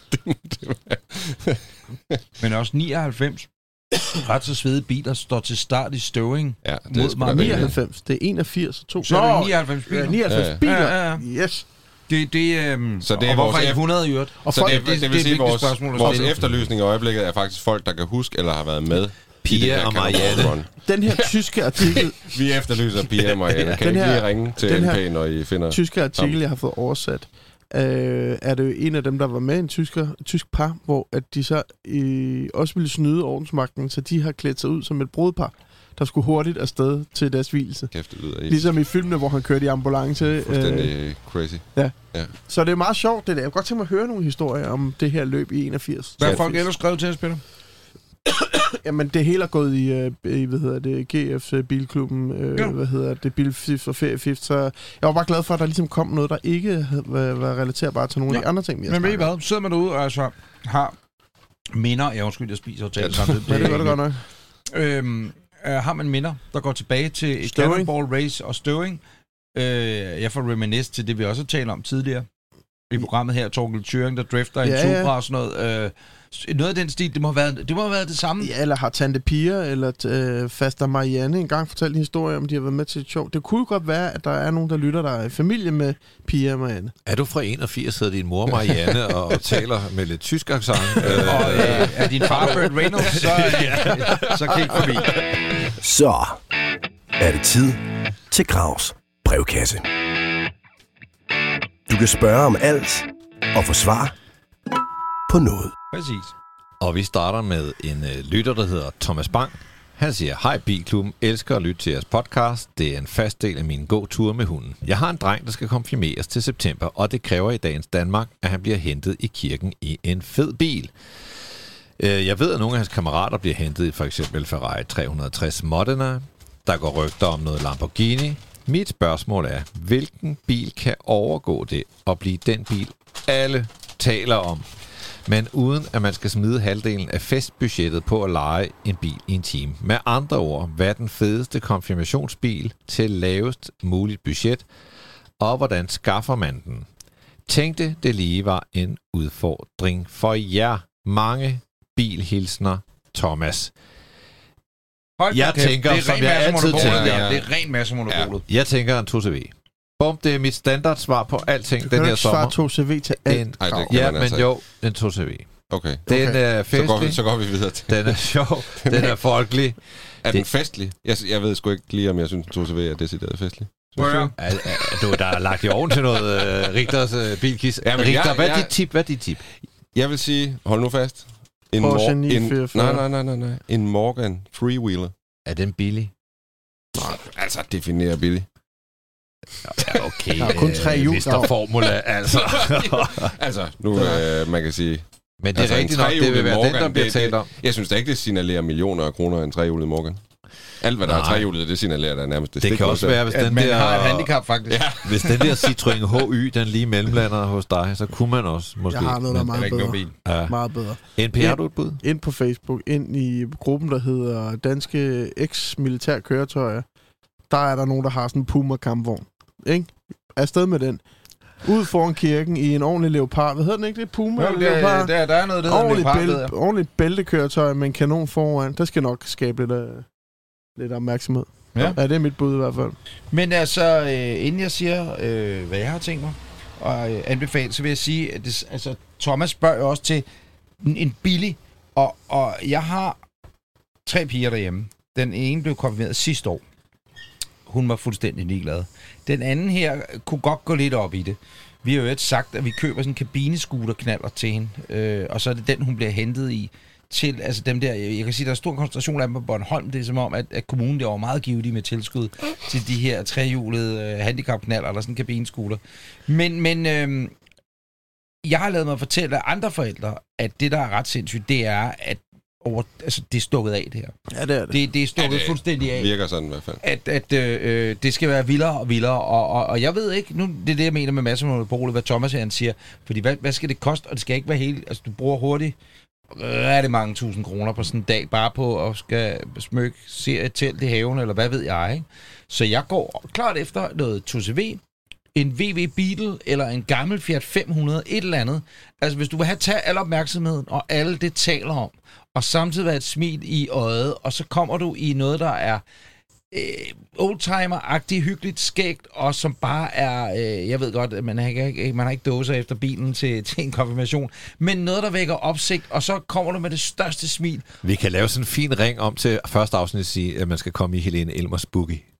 B: Men også 99 ret så svede biler står til start i Støvring.
E: Ja, det
C: mod 99. Det er 81 og 2.
B: Så er det 99 biler.
C: 99 biler.
B: Ja.
C: Yes.
B: Så det er
E: og
B: hvorfor ikke 100 i øvrigt?
E: Så det vil sige, vores efterlysning i øjeblikket er faktisk folk, der kan huske eller har været med.
D: Pia og Marianne.
C: Den her tyske artikel...
E: Vi efterlyser Pia og Marianne. Kan I lige ringe til NP, når I finder...
C: Tyske artikel, jeg har fået oversat, er det jo en af dem, der var med, en tysk par, hvor at de så også ville snyde ordensmagten, så de har klædt sig ud som et brudepar. der skulle hurtigt afsted til deres hvilelse.
E: Kæft, det lyder
C: ligesom i filmene, hvor han kørte i ambulance.
E: Fuldstændig crazy.
C: Ja. Så det er meget sjovt, det der. Jeg kunne godt tænke mig at høre nogle historier om det her løb i 81.
B: Hvad har folk ellers skrevet til os, Peter?
C: Jamen, det hele er gået i GF's bilklubben, Bilfif og Feriefif, så jeg var bare glad for, at der ligesom kom noget, der ikke var relaterbart til nogle af de andre ting, vi har
B: snakket. Men ved I hvad? Sidder man derude og altså har minder... Jeg spiser og taler samtidig.
C: Ja, det gør det godt nok.
B: Har man minder, der går tilbage til Cannonball Race og Støvring. Jeg får reminisce til det, vi også har talt om tidligere i programmet her. Torgild Thuring, der drifter en Supra og sådan noget. Noget af den stil, det må have været det samme.
C: Ja, eller har Tante Pia eller Faster Marianne engang fortalt en historie om, de har været med til et show. Det kunne godt være, at der er nogen, der lytter, der er i familie med Pia og Marianne.
D: Er du fra 81, hedder din mor Marianne og taler med lidt tysk accent?
B: Og er din far Burt Reynolds, så kig forbi.
A: Så er det tid til Gravs brevkasse. Du kan spørge om alt og få svar på noget.
B: Præcis.
D: Og vi starter med en lytter, der hedder Thomas Bang. Han siger, hej Bilklubben, elsker at lytte til jeres podcast. Det er en fast del af min gåtur med hunden. Jeg har en dreng, der skal konfirmeres til september, og det kræver i dagens Danmark, at han bliver hentet i kirken i en fed bil. Jeg ved, at nogle af hans kammerater bliver hentet i for eksempel Ferrari 360 Modena. Der går rygter om noget Lamborghini. Mit spørgsmål er, hvilken bil kan overgå det og blive den bil, alle taler om, men uden at man skal smide halvdelen af festbudgettet på at leje en bil i en time. Med andre ord, hvad er den fedeste konfirmationsbil til lavest muligt budget, og hvordan skaffer man den? Tænkte det lige var en udfordring for jer. Mange bilhilsner, Thomas. Jeg tænker, som jeg altid tænker...
B: Det er ren massemonopolet.
D: Jeg tænker en 2CV. Bum, det er mit standardsvar på alting den her sommer.
C: Du kan ikke svare 2CV til alt.
D: Ja, men jo, en 2CV.
E: Okay.
D: Den er festlig.
E: Så går vi videre til.
D: Den er sjov. Den er folkelig.
E: Er den festlig? Jeg ved sgu ikke lige, om jeg synes, en 2CV er decideret festlig.
D: Du der er lagt i ovnen til noget Rigters bilkis. Ja, Richter, hvad er dit tip?
E: Jeg vil sige, hold nu fast.
C: Porsche 944.
E: Nej. En Morgan Freewheeler.
D: Er den billig?
E: Nej, altså definerer billig.
D: Ja, okay.
C: Der er kun 3 hjul.
D: Mr. Formula, altså.
E: Altså, nu man kan sige...
D: Men det er rigtigt nok, det vil være Morgan, den, der bliver talt om.
E: Jeg synes da ikke, det signalerer millioner af kroner en trehjulet Morgan. Alt, hvad der er trehjulet, det signalerer der nærmest det.
D: Det kan også være, hvis den
B: der...
D: har
B: et handicap, faktisk. Ja.
D: Hvis den der Citroën HY, den lige mellemlander hos dig, så kunne man også måske...
C: Jeg har noget, der er meget bedre.
D: Ja.
C: Meget bedre.
D: NPR-udbud?
C: Ind på Facebook, ind i gruppen, der hedder Danske Ex-Militærkøretøjer. Der er der nogen, der har sådan en Puma-kampvogn. Ikke? Afsted med den. Ud foran kirken i en ordentlig leopard. Hvad hedder den ikke? Det er Puma leopard.
B: Der er noget, der hedder leopard.
C: Ordentligt bæltekøretøj med en kanon foran. Der skal nok skabe lidt opmærksomhed. Ja, det er mit bud i hvert fald.
B: Men altså, inden jeg siger, hvad jeg har tænkt mig og anbefale, så vil jeg sige, at altså, Thomas spørger også til en billig, og jeg har 3 piger derhjemme. Den ene blev konfirmeret sidste år. Hun var fuldstændig ligeglad. Den anden her kunne godt gå lidt op i det. Vi har jo sagt, at vi køber sådan en kabinescooterknaller til hende, og så er det den, hun bliver hentet i. Til, altså dem der, jeg kan sige, der er stor koncentration af dem på Bornholm. Det er som om, at kommunen er meget givet med tilskud til de her trehjulede handicapknaller eller sådan en kabinescooter. Men jeg har lavet mig fortælle af andre forældre, at det, der er ret sindssygt, det er, at det er stukket af, det her.
C: Ja, det er det.
B: Det er stukket fuldstændig af.
E: Virker sådan i hvert fald.
B: At det skal være vildere og vildere, og jeg ved ikke, nu det er det, jeg mener med massemonopolet, hvad Thomas her siger, fordi hvad skal det koste, og det skal ikke være helt, altså du bruger hurtigt rigtig mange 1000 kroner på sådan en dag, bare på at skal smykke, se et telt i haven, eller hvad ved jeg, ikke? Så jeg går klart efter noget 2CV, en VW Beetle, eller en gammel Fiat 500, et eller andet. Altså, hvis du vil tage al opmærksomheden, og alle det taler om, og samtidig være et smil i øjet, og så kommer du i noget, der er oldtimer-agtigt, hyggeligt, skægt, og som bare er, jeg ved godt, man har ikke dåser efter bilen til en konfirmation, men noget, der vækker opsigt, og så kommer du med det største smil.
D: Vi kan lave sådan en fin ring om til første afsnit at sige, at man skal komme i Helene Elmers Boogie.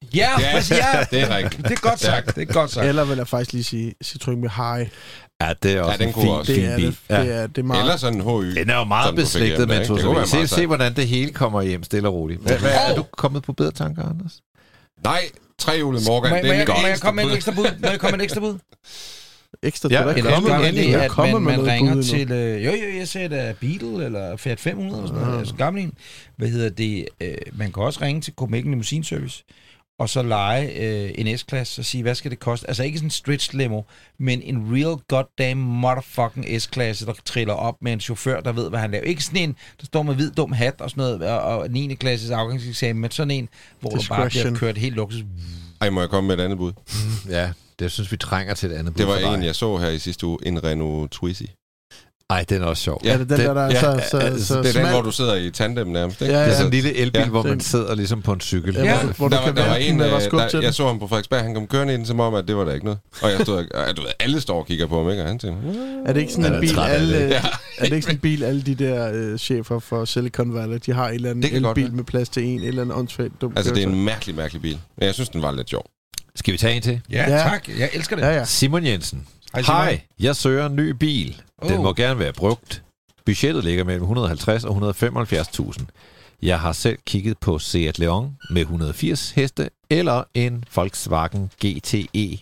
B: Ja,
E: det er rigtigt.
B: Det er godt sagt.
C: Eller vil jeg faktisk lige sige Citroën Mihai.
D: Ja, det er også
E: den
D: en
E: fin
D: bil.
C: Det er meget...
E: Eller sådan en HY.
D: Den er jo meget beslægtet med Toyota. Se, hvordan det hele kommer hjem stille og roligt. Hvad er du kommet på bedre tanker, Anders?
E: Nej, trehjulet Morgan.
B: Må jeg komme med en ekstra bud?
C: Ekstra
D: ja,
C: til
B: eller gør man det, at man ringer
C: bud
B: til... jeg sagde da Beetle eller Fiat 500 eller sådan noget, altså gammel en. Hvad hedder det? Man kan også ringe til Copenhagen Limousine Service, og så lege en S-klasse og sige, hvad skal det koste? Altså ikke sådan en stretch limo, men en real goddamn motherfucking S-klasse, der triller op med en chauffør, der ved, hvad han laver. Ikke sådan en, der står med hvid dum hat og sådan noget, og 9. klasses afgangseksamen, men sådan en, hvor der bare bliver kørt helt luksus.
E: Ej, må jeg komme med et andet bud?
D: Ja, det synes vi trænger til et andet bud.
E: Det var en, jeg så her i sidste uge, en Renault Twizy.
D: Ej, den er også sjov.
C: Ja, det er den, så
E: det er den, hvor du sidder i tandem nærmest, ikke?
D: Ja. Det er sådan en lille elbil, hvor man sidder ligesom på en cykel.
E: Ja, hvor der var en, jeg så ham på Frederiksberg, han kom kørende ind, som om, at det var der ikke noget. Og jeg stod, du ved, alle står og kigger på ham, ikke? Og han tænker,
C: er det ikke sådan en bil, er det ikke sådan en bil, alle de der chefer for Silicon Valley, de har en eller anden elbil med plads til en eller anden åndssvagt dum.
E: Altså, det er en mærkelig bil. Men jeg synes, den var lidt sjov.
D: Skal vi tage en til?
B: Ja, tak. Jeg elsker det.
C: Ja.
D: Simon Jensen. Hej, jeg søger en ny bil. Den må gerne være brugt. Budgettet ligger mellem 150 og 175.000. Jeg har selv kigget på Seat Leon med 180 heste eller en Volkswagen GTE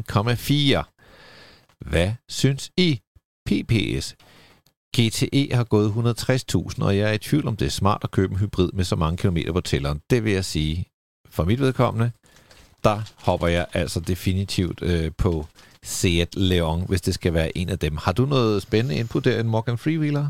D: 1,4. Hvad synes I? PPS. GTE har gået 160.000, og jeg er i tvivl om det er smart at købe en hybrid med så mange kilometer på tælleren. Det vil jeg sige. For mit vedkommende, der hopper jeg altså definitivt på Seat Leon, hvis det skal være en af dem. Har du noget spændende input der, en Morgan Freewheeler?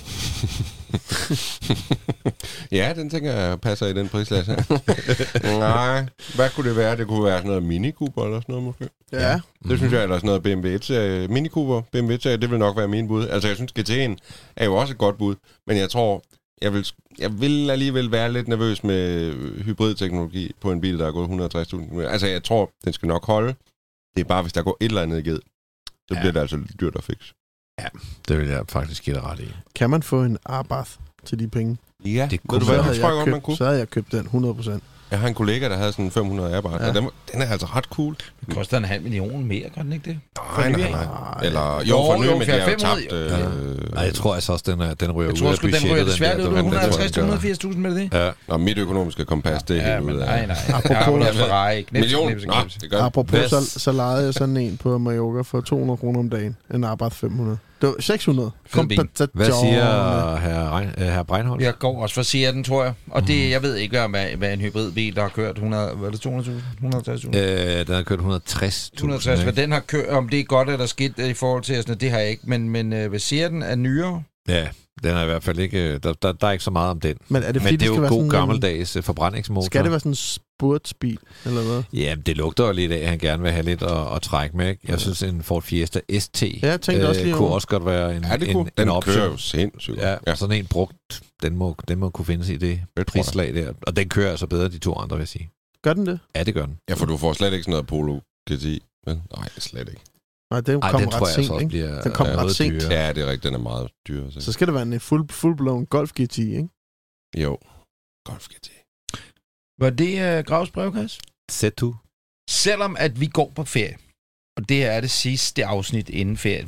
E: Ja, den tænker jeg passer i den prisklasse. Nej, hvad kunne det være? Det kunne være sådan noget Mini Cooper eller sådan noget måske.
C: Ja.
E: Det synes jeg, eller sådan noget BMW 1-serie. Mini Cooper, BMW 1-serie, det vil nok være min bud. Altså, jeg synes, GT'en er jo også et godt bud, men jeg tror, jeg vil alligevel være lidt nervøs med hybridteknologi på en bil, der er gået 160.000. Altså, jeg tror, den skal nok holde. Det er bare, hvis der går et eller andet i ged, så bliver det altså dyrt at fikse.
D: Ja, det vil jeg faktisk give dig ret i.
C: Kan man få en Abarth til de penge?
E: Ja,
D: det kunne
C: så havde jeg købt den 100%.
E: Jeg har en kollega, der havde sådan 500 Abarth, og den er altså ret cool.
B: Det koster 500.000 mere, kan den ikke det?
E: Nej. Eller jo, for nye, men det er jo tabt.
D: Nej, jeg tror altså også, den ryger ud af budgettet.
B: Jeg tror sgu, den ryger desværre ud 150-180.000 med det.
E: Ja, og mit økonomiske kompas, det er helt ud af.
B: Nej.
E: Apropos,
C: apropos så lejede jeg sådan en på Mallorca for 200 kroner om dagen. En Abarth 500. Det var 600.
D: Hvad siger herr Breinholt?
B: Jeg går også for Seaten, tror jeg. Og det, jeg ved ikke, hvad en hybridbil, der har kørt 100, hvad er det 200.000? 150.000?
D: Den har kørt 160.000.
B: 160, hvad den har kørt, om det er godt eller skidt i forhold til, sådan, det har jeg ikke. Men hvad Seaten er nyere?
D: Ja, den er i hvert fald ikke... Der er ikke så meget om den.
C: Men er det, fordi,
D: det er jo god gammeldags forbrændningsmotor.
C: Skal det være sådan en sportsbil, eller hvad?
D: Ja, det lugter jo lidt af, at han gerne vil have lidt at trække med. Jeg synes, en Ford Fiesta ST kunne også godt være en option.
E: Den kører jo sindssygt.
D: Ja, sådan en brugt, den må kunne findes i det prislag der. Og den kører altså bedre de to andre, vil jeg sige.
C: Gør den det?
D: Ja, det gør den.
E: Ja, for du får slet ikke sådan noget Polo GTI. Men nej, slet ikke.
C: Nej, den kommer ret sent, ikke? Den kommer ret sent.
E: Ja, det er rigtigt, den er meget dyr.
C: Så skal det være en full-blown Golf GTI, ikke?
E: Jo, Golf GTI.
B: Var det Gravs brevkasse?
D: Sæt du.
B: Selvom at vi går på ferie, og det er det sidste afsnit inden ferien,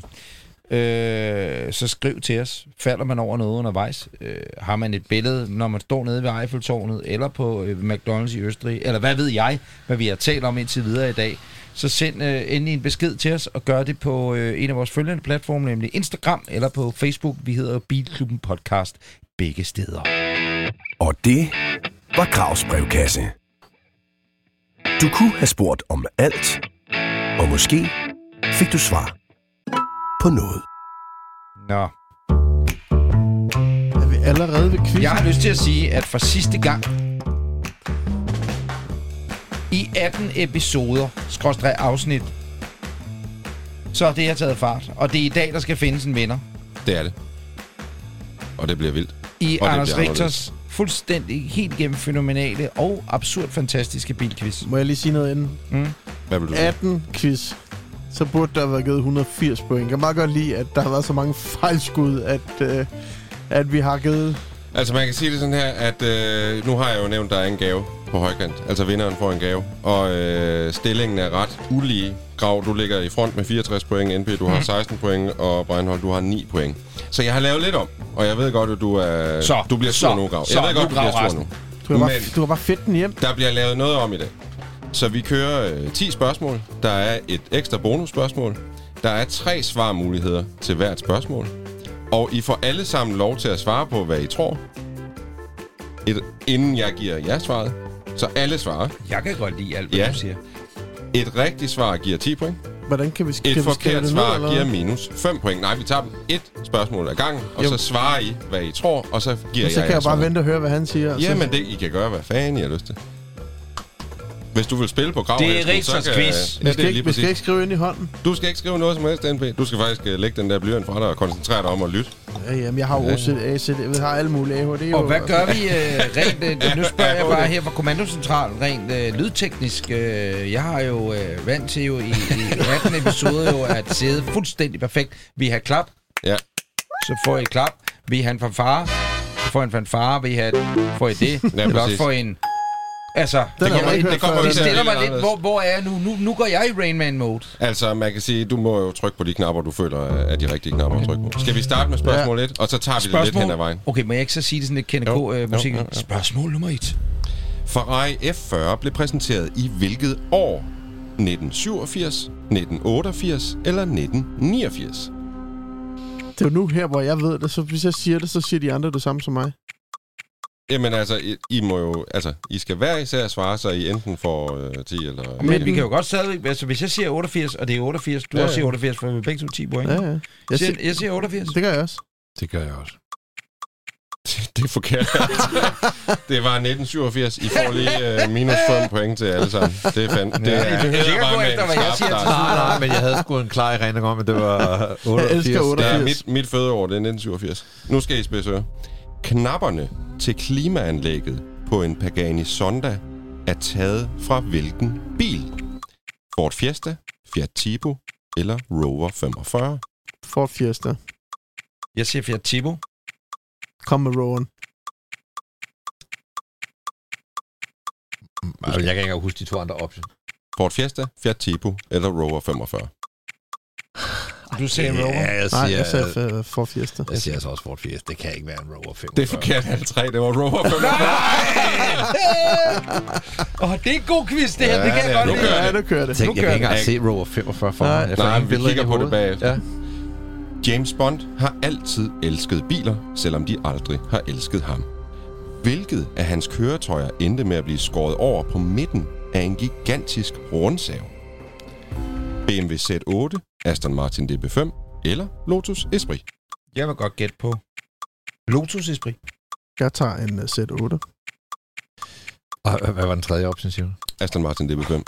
B: så skriv til os. Falder man over noget undervejs? Har man et billede, når man står nede ved Eiffeltårnet, eller på McDonald's i Østrig, eller hvad ved jeg, hvad vi har talt om indtil videre i dag, så send endelig en besked til os, og gør det på en af vores følgende platforme, nemlig Instagram, eller på Facebook. Vi hedder Bilklubben Podcast, begge steder.
A: Og det var Gravs brevkasse. Du kunne have spurgt om alt, og måske fik du svar på noget.
B: Nå.
C: Er vi allerede ved quizzen?
B: Jeg har lyst til at sige, at for sidste gang i 18 episoder, /afsnit, så er det her taget fart. Og det er i dag, der skal findes en vinder.
E: Det er det. Og det bliver vildt.
B: I Anders Richters fuldstændig helt igennem fænomenale og absurd fantastiske bilquiz.
C: Må jeg lige sige noget inden?
E: Hvad vil du
C: 18 quiz. Så burde der have været givet 180 point. Jeg kan bare godt lide, at der har været så mange fejlskud, at vi har givet...
E: Altså man kan sige det sådan her, at nu har jeg jo nævnt, der er en gave på højkant. Altså vinderen får en gave. Og stillingen er ret ulige. Grav, du ligger i front med 64 point. NP, du har 16 point. Og Breinholt, du har 9 point. Så jeg har lavet lidt om. Og jeg ved godt, at du bliver sur nu, Grav. Jeg ved godt, du bliver sur nu.
C: Du kan bare fedt den hjem.
E: Der bliver lavet noget om i dag. Så vi kører 10 spørgsmål. Der er et ekstra bonusspørgsmål. Der er 3 svarmuligheder til hvert spørgsmål. Og I får alle sammen lov til at svare på, hvad I tror. Inden jeg giver jer svaret. Så alle svarer.
B: Jeg kan godt lide alt, hvad du siger.
E: Et rigtigt svar giver 10 point.
C: Hvordan kan vi
E: Et forkert svar giver minus 5 point. Nej, vi tager dem 1 spørgsmål ad gangen, og så svarer I, hvad I tror, og så giver jeg
C: så kan jeg bare vente og høre, hvad han siger.
E: Jamen, det I kan gøre, hvad fanden I har lyst til. Hvis du vil spille på Grav,
B: det er Richters quiz.
C: Vi skal ikke skrive ind i hånden.
E: Du skal ikke skrive noget som helst, NP. Du skal faktisk lægge den der blyant fra dig og koncentrere dig om at lytte.
C: Ja, jamen, jeg har OCD, jeg har alle mulige ADHD.
B: Og hvad gør vi rent... Nu spørger jeg bare her fra kommandocentralen, rent lydteknisk. Jeg har jo vant til jo i 18 episoder jo at sidde fuldstændig perfekt. Vi har klap.
E: Ja.
B: Så får I klap. Vi har en fanfare. Så får I en fanfare. Får I det. Eller også får I en... Altså, det stiller mig lidt, hvor er jeg nu? Nu går jeg i Rain Man-mode.
E: Altså, man kan sige, du må jo trykke på de knapper, du føler er de rigtige knapper at trykke på. Skal vi starte med spørgsmål 1, og så tager vi det lidt hen ad vejen?
B: Okay, må jeg ikke så sige det sådan lidt KNK-musik? Spørgsmål nummer 1.
E: Ferrari F40 blev præsenteret i hvilket år? 1987, 1988 eller 1989?
C: Det er jo nu her, hvor jeg ved det, så hvis jeg siger det, så siger de andre det samme som mig.
E: Jamen altså, I må jo... Altså, I skal hver især svare, så I enten får 10 eller...
B: Men vi kan jo godt stadig... Altså, hvis jeg siger 88, og det er 88, du også siger 88, for vi begge to 10 point.
C: Ja.
B: Jeg siger 88.
C: Det gør jeg også.
D: Det gør jeg også.
E: Det er forkert. Det var 1987. I får lige minus 5 point til alle sammen. Det er fandme... Det er
B: bare med en skarp start.
D: Nej, men jeg havde sgu en klar erindring om, at det var 88.
E: Det er mit fødeår, det er 1987. Nu skal I spidse øre. Knapperne til klimaanlægget på en Pagani Zonda er taget fra hvilken bil? Ford Fiesta, Fiat Tipo eller Rover 45?
C: Ford Fiesta.
B: Jeg siger Fiat Tipo.
C: Kom med Roveren.
D: Jeg kan ikke engang huske de 2 andre optioner.
E: Ford Fiesta, Fiat Tipo eller Rover 45?
B: Du siger Rover?
D: Ja,
C: jeg siger Ford Fiesta.
D: Jeg siger altså også Ford Fiesta. Det kan ikke være en Rover 45.
E: Det er forkert, alle 3. Det var Rover 45.
B: Det er en god quiz, det her. Det kan jeg godt lide.
C: Nu kører det.
D: Jeg kan ikke engang se Rover 45 for mig.
E: Nej, vi kigger på det bagefter.
D: Ja.
E: James Bond har altid elsket biler, selvom de aldrig har elsket ham. Hvilket af hans køretøjer endte med at blive skåret over på midten af en gigantisk rundsav? BMW Z8, Aston Martin DB5 eller Lotus Esprit?
B: Jeg vil godt gætte på Lotus Esprit.
C: Jeg tager en Z8.
D: Og hvad var den tredje option, siger du?
E: Aston Martin DB5.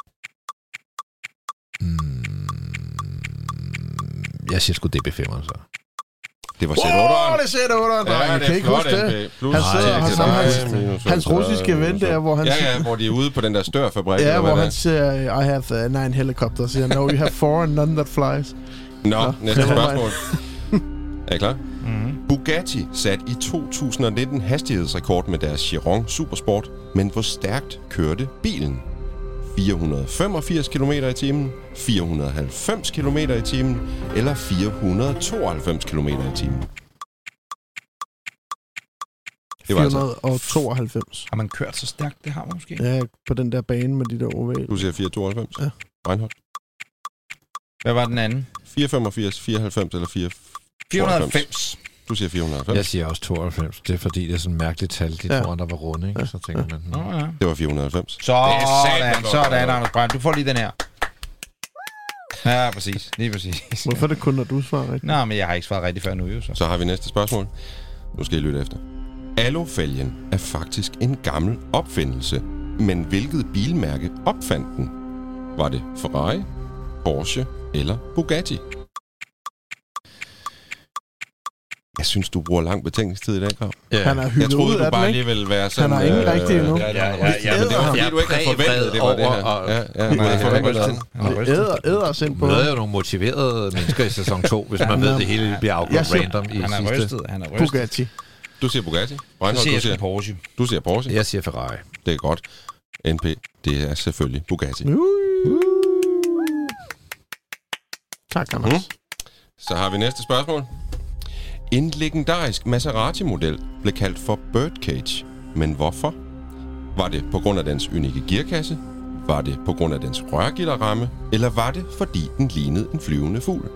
C: Jeg
D: siger sgu DB5, altså.
E: Det var Z8'eren.
C: Det er Z8'eren.
E: Ja, det er flot, NP.
C: Hans russiske ven der, hvor han...
E: Ja, hvor de er ude på den der størfabrik.
C: Ja, hvor han siger, I have 9 helicopters. Siger, no, you have 4 and none that flies.
E: Nå, næste spørgsmål. Er I klar? Mm-hmm. Bugatti satte i 2019 hastighedsrekord med deres Chiron Supersport, men hvor stærkt kørte bilen? 485 km i timen, 490 km i timen eller 492 km i timen?
C: Det var 492.
B: Har man kørt så stærkt? Det har man måske.
C: Ja, på den der bane med de der ovale.
E: Du siger 492?
C: Ja.
E: Breinholt.
B: Hvad var den anden?
E: 485, 490 eller
B: 490.
E: Du siger 490.
D: Jeg siger også 92. Det er fordi, det er sådan et mærkeligt tal. De 2 andre var runde, ikke? Så tænker man...
E: Det var 490.
B: Sådan, Anders Brein. Du får lige den her. Ja, præcis. Lige præcis.
C: Hvorfor er det kun, når du svarer rigtigt?
B: Nej, men jeg har ikke svaret rigtigt før nu, jo.
E: Så har vi næste spørgsmål. Nu skal I lytte efter. Alufælgen er faktisk en gammel opfindelse. Men hvilket bilmærke opfandt den? Var det Ferrari, Porsche eller Bugatti? Jeg synes, du bruger lang betænkningstid i dag, Grav.
C: Ja. Han er hyldet ud af den, ikke?
E: Jeg troede, du bare lige ville være sådan...
C: Han har ingen rigtig endnu.
E: Ja, men det var fordi, du ikke havde forventet, det var det her.
D: Du havde forventet
C: æder os ind på...
D: Du er jo nogle motiverede mennesker i sæson 2, hvis man ved, det hele bliver afgjort random i sidste.
B: Han er rystet.
C: Bugatti.
E: Du siger Bugatti.
B: Breinholt, du siger Porsche.
E: Du siger Porsche.
D: Jeg siger Ferrari.
E: Det er godt. NP, det er selvfølgelig Bugatti.
C: Tak, Anders.
E: Så har vi næste spørgsmål. En legendarisk Maserati-model blev kaldt for Birdcage. Men hvorfor? Var det på grund af dens unikke gearkasse? Var det på grund af dens rørgitterramme? Eller var det, fordi den lignede en flyvende fugl?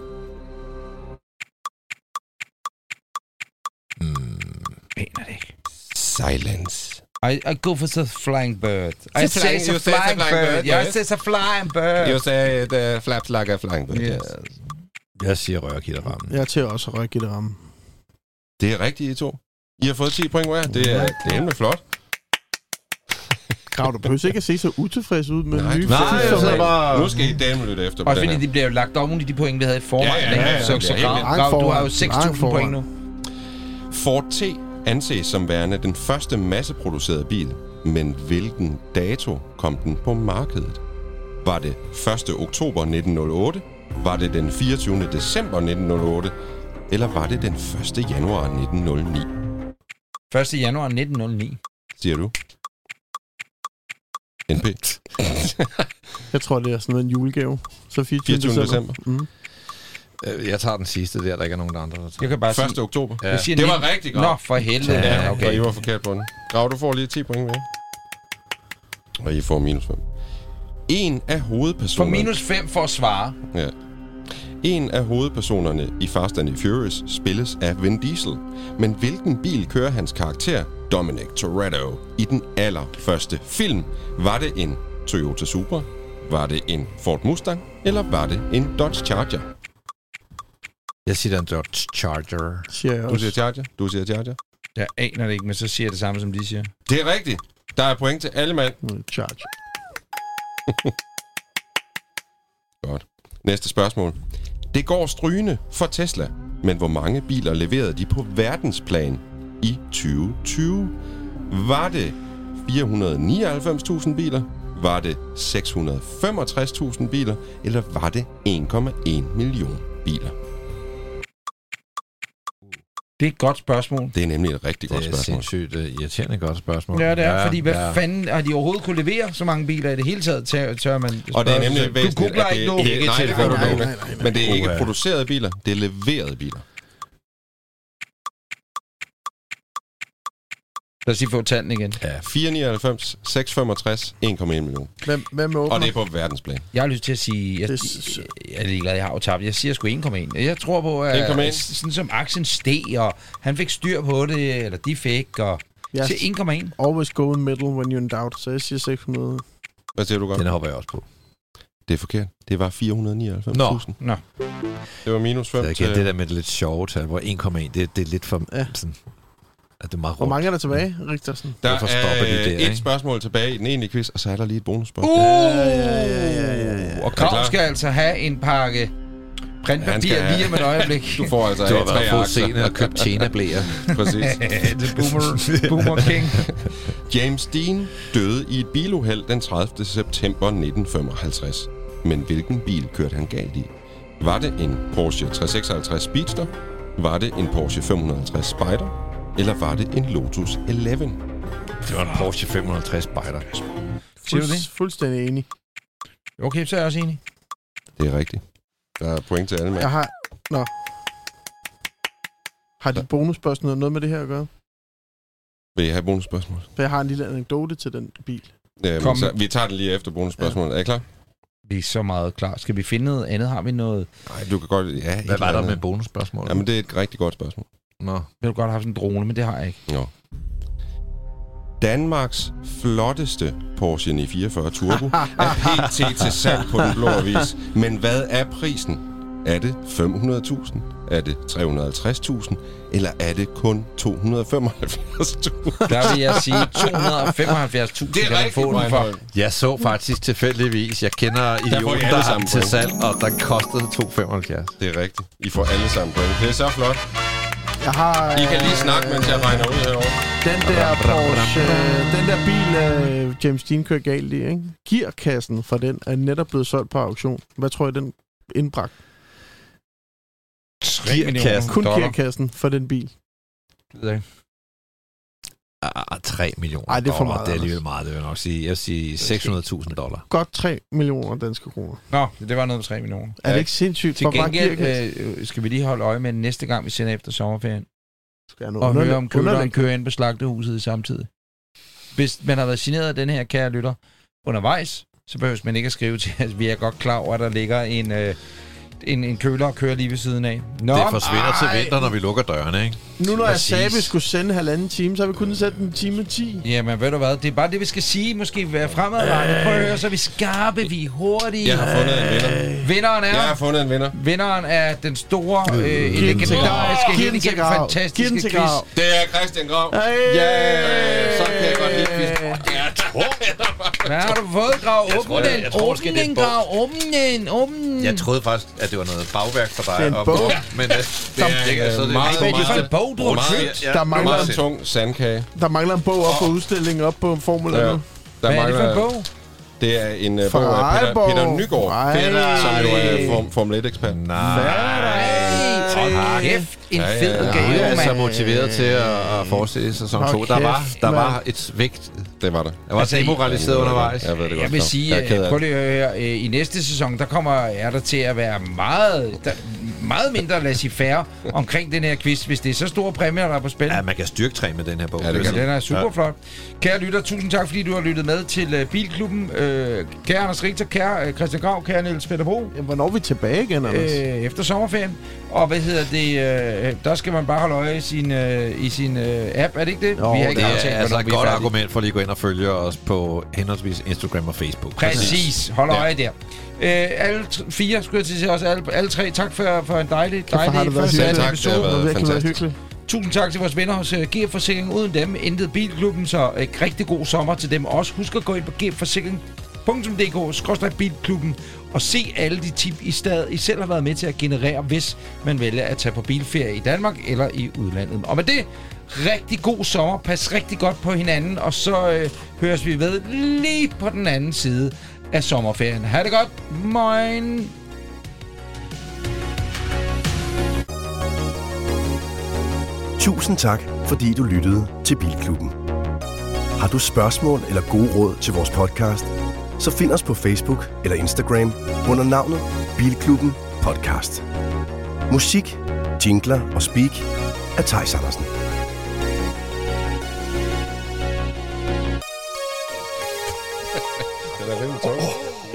B: Aner det ikke.
E: Silence.
B: I go for the flying bird. I say it's a flying bird. Yes, it's a flying bird.
E: You say it flaps like a flying bird.
B: Yes.
D: Jeg siger rørgitterrammen.
C: Jeg er til også rørgitterrammen.
E: Det er rigtigt, I to. I har fået 10 point hver. Det er nemlig flot.
C: Grav, du behøver ikke at se så utilfreds ud med
E: Nej,
C: nye
D: bare...
E: Nu skal I dame lytte efter på
B: Også
E: den
B: fordi
E: her.
B: de bliver jo lagt oven i de point, vi havde i forvejen.
E: Ja,
B: Så Grav, du har jo 6.000 point nu.
E: Ford T anses som værende den første masseproducerede bil, men hvilken dato kom den på markedet? Var det 1. oktober 1908? Var det den 24. december 1908? Eller var det den 1. januar 1909?
B: 1. januar 1909.
E: Siger du? NP.
C: Jeg tror, det er sådan en julegave. Så
E: 24. december.
D: Jeg tager den sidste der ikke er nogen andre, der tager.
B: Jeg kan bare
E: 1.
B: sige...
E: oktober.
B: Jeg siger
E: Det var rigtig godt.
B: Nå, for helvede.
E: Ja,
B: Okay.
E: og I var forkert på den. Grav, du får lige 10 point mere. Og I får minus 5. En af
B: For
E: hovedpersonerne...
B: minus 5 for at svare.
E: Ja. En af hovedpersonerne i Fast and the Furious spilles af Vin Diesel. Men hvilken bil kører hans karakter, Dominic Toretto, i den allerførste film? Var det en Toyota Supra? Var det en Ford Mustang? Eller var det en Dodge Charger?
D: Jeg siger den Dodge Charger.
C: Siger jeg
E: Du
C: også.
E: siger Charger? Du siger Charger?
B: Jeg aner det ikke, men så siger jeg det samme, som de siger.
E: Det er rigtigt. Der er point til alle mand.
C: Charge.
E: Godt. Næste spørgsmål. Det går strygende for Tesla, men hvor mange biler leverede de på verdensplan i 2020? Var det 499.000 biler? Var det 665.000 biler? Eller var det 1,1 million biler?
B: Det er et godt spørgsmål.
E: Det er nemlig et rigtig godt
D: Det er
E: spørgsmål.
D: sindssygt irriterende godt spørgsmål.
B: Ja, det er, fordi hvad fanden har de overhovedet kunne levere så mange biler i det hele taget, tør man spørge
E: Og det er
B: sig
E: nemlig
B: selv.
E: væsentligt,
B: Du googler
E: at
B: ikke nu.
E: det nej, det gør du
C: Nej,
E: ikke.
C: nej, nej.
E: Men det er ikke producerede biler, det er leverede biler.
B: Lad os lige få tallene igen.
E: Ja, 499, 665, 1,1 million.
C: Hvem åbner?
E: Og det er på verdensplan.
B: Jeg har lyst til at sige... Jeg er ligeglad, jeg har jo tabt. Jeg siger sgu 1,1. Jeg tror på, at
E: 1,1.
B: sådan som aktien steg, og han fik styr på det, eller de fik, og... Jeg siger 1,1.
C: Always go in middle when you're in doubt. Så jeg siger 600.
E: Hvad siger du godt?
D: Den hopper jeg også på.
E: Det er forkert. Det var 499.000.
B: Nå.
E: Det var minus 5
D: Det,
E: til...
D: det der med det lidt sjove tal, hvor 1,1, det er lidt for...
C: Ja.
D: Sådan, at det er meget
C: Hvor
D: råbt.
C: mange er der tilbage, Richtersen?
E: Der
D: Hvorfor stopper de der,
E: er et
D: ikke?
E: spørgsmål tilbage i den egentlige quiz, og så er der lige et bonusspørgsmål.
B: Og Krav skal altså have en pakke printpapir lige om et øjeblik.
E: Du får altså
D: Du har været
E: 3
D: på
E: aktier.
D: scenen og købt Tena-blæer.
E: Præcis.
B: The Boomer King.
E: James Dean døde i et biluheld den 30. september 1955. Men hvilken bil kørte han galt i? Var det en Porsche 356 Speedster? Var det en Porsche 550 Spider? Eller var det en Lotus 11?
D: Det var en Porsche 550 Spider.
B: Siger du det?
C: Fuldstændig enig.
B: Okay, så er jeg også enig.
E: Det er rigtigt. Der er point til alle mand.
C: Jeg har... Nå. Har de bonusspørgsmål noget med det her at gøre?
E: Vil I have bonusspørgsmål?
C: For jeg har en lille anekdote til den bil.
B: Kom.
E: Så vi tager den lige efter bonusspørgsmålet. Ja. Er I klar?
B: Vi er så meget klar. Skal vi finde noget andet? Har vi noget?
E: Nej, du kan godt... Ja,
D: Hvad var der med bonusspørgsmål?
E: Jamen, det er et rigtig godt spørgsmål.
D: Nå.
B: Jeg vil godt have sådan en drone, men det har jeg ikke.
E: Nå. Danmarks flotteste Porsche 944 Turbo er pt. Til salg på den blå avis. Men hvad er prisen? Er det 500.000? Er det 350.000? Eller er det kun 275.000?
B: Der vil jeg sige 275.000 kan man få den for.
D: Jeg så faktisk tilfældigvis, jeg kender
E: får I
D: idioten,
E: alle
D: der har
E: sammen
D: den til
E: point.
D: salg, og der kostede 2,75.
E: Det er rigtigt. I får alle sammen point. Det er så flot.
C: Jeg har...
E: I kan lige snakke, mens jeg regner ud herovre.
C: Den der Porsche... Den der bil, James Dean kører galt i, ikke? Gearkassen for den er netop blevet solgt på auktion. Hvad tror I, den indbragt?
B: 3 millioner
D: Gearkassen.
C: Kun
B: dollar.
C: gearkassen for den bil.
B: Det ved jeg ikke.
D: 3 millioner.
C: Ej, det er for meget.
D: Det er alligevel meget, det vil jeg nok sige. Jeg vil sige $600,000.
C: Godt 3 millioner danske kroner.
B: Nå, det var noget på 3 millioner.
C: Er det ikke sindssygt?
B: Til gengæld skal vi lige holde øje med næste gang, vi sender efter sommerferien. Og høre om køberen kører ind på slagtehuset samtidig. Hvis man har været generet af den her, kære lytter, undervejs, så behøver man ikke at skrive til, at vi er godt klar over, at der ligger en køler og kører lige ved siden af. Nå,
D: det forsvinder til vinter, når vi lukker dørene, ikke?
C: Nu når jeg sagde, at vi skulle sende 1,5 time, så har vi kun sat en time 10.
B: Jamen, ved du hvad? Det er bare det, vi skal sige. Måske være fremadrettet. Prøv at høre, så er vi skarpe, vi er hurtige.
E: Jeg har fundet en vinder.
B: Vinderen er...
E: Jeg har fundet en vinder.
B: Vinderen er den store, legendariske, helt fantastiske quiz.
E: Det er Christian Grav.
C: Ja,
E: så kan jeg godt lide quiz.
B: Hvad har du fået, Grav? Åbn den, Grav. Åbn den.
D: Jeg troede faktisk, at det var noget bagværk for dig.
C: Det er en bog.
D: Men det er
E: meget,
B: hvad er det for en bog, du har købt?
C: Der mangler
E: en tung sandkage.
C: Der mangler en bog op på udstillingen, op på Formel 1.
B: Hvad er det for en bog?
E: Det er en bog af Peter Nygaard, som jo er Formel 1-ekspert.
B: Kæft, en fed gave,
D: Jeg er så
B: mand.
D: motiveret til at forestille sæson 2. Der var et svigt.
E: Det var det.
D: Jeg var demoraliseret undervejs.
E: Jeg ved det godt.
B: Jeg vil sige, prøv lige at høre, i næste sæson, der er der til at være meget mindre laissez-faire omkring den her quiz, hvis det er så store præmier, der er på spil.
D: Ja, man kan styrketræne med den her bog.
E: Ja, det kan.
B: Den er super flot. Kære lytter, tusind tak, fordi du har lyttet med til Bilklubben. Kære Anders Richter, kære Christian Grav, kære Niels Peter Bro.
C: Hvornår er vi tilbage igen, Anders?
B: Efter sommerferien. Og hvad hedder det? Der skal man bare holde øje i sin app, er det ikke det?
C: Jo,
B: vi har ikke
D: Det
B: aftalt,
D: er altså et godt
B: færdige.
D: argument for lige at gå ind og følge os på henholdsvis Instagram og Facebook.
B: Præcis. Hold øje der. Alle fire, skulle jeg til at sige også. Alle tre, tak for en dejlig første episode.
C: Det har været hyggeligt.
B: Tusind tak til vores venner hos GF Forsikring. Uden dem intet Bilklubben, så rigtig god sommer til dem også. Husk at gå ind på gfforsikring.dk/bilklubben og se alle de tip, I selv har været med til at generere, hvis man vælger at tage på bilferie i Danmark eller i udlandet. Og med det, rigtig god sommer. Pas rigtig godt på hinanden, og så høres vi ved lige på den anden side af sommerferien. Ha' det godt. Moin.
A: Tusind tak, fordi du lyttede til Bilklubben. Har du spørgsmål eller gode råd til vores podcast, så find os på Facebook eller Instagram under navnet Bilklubben Podcast. Musik, jingler og speak af Theis Andersen.
E: Den er rimelig tung.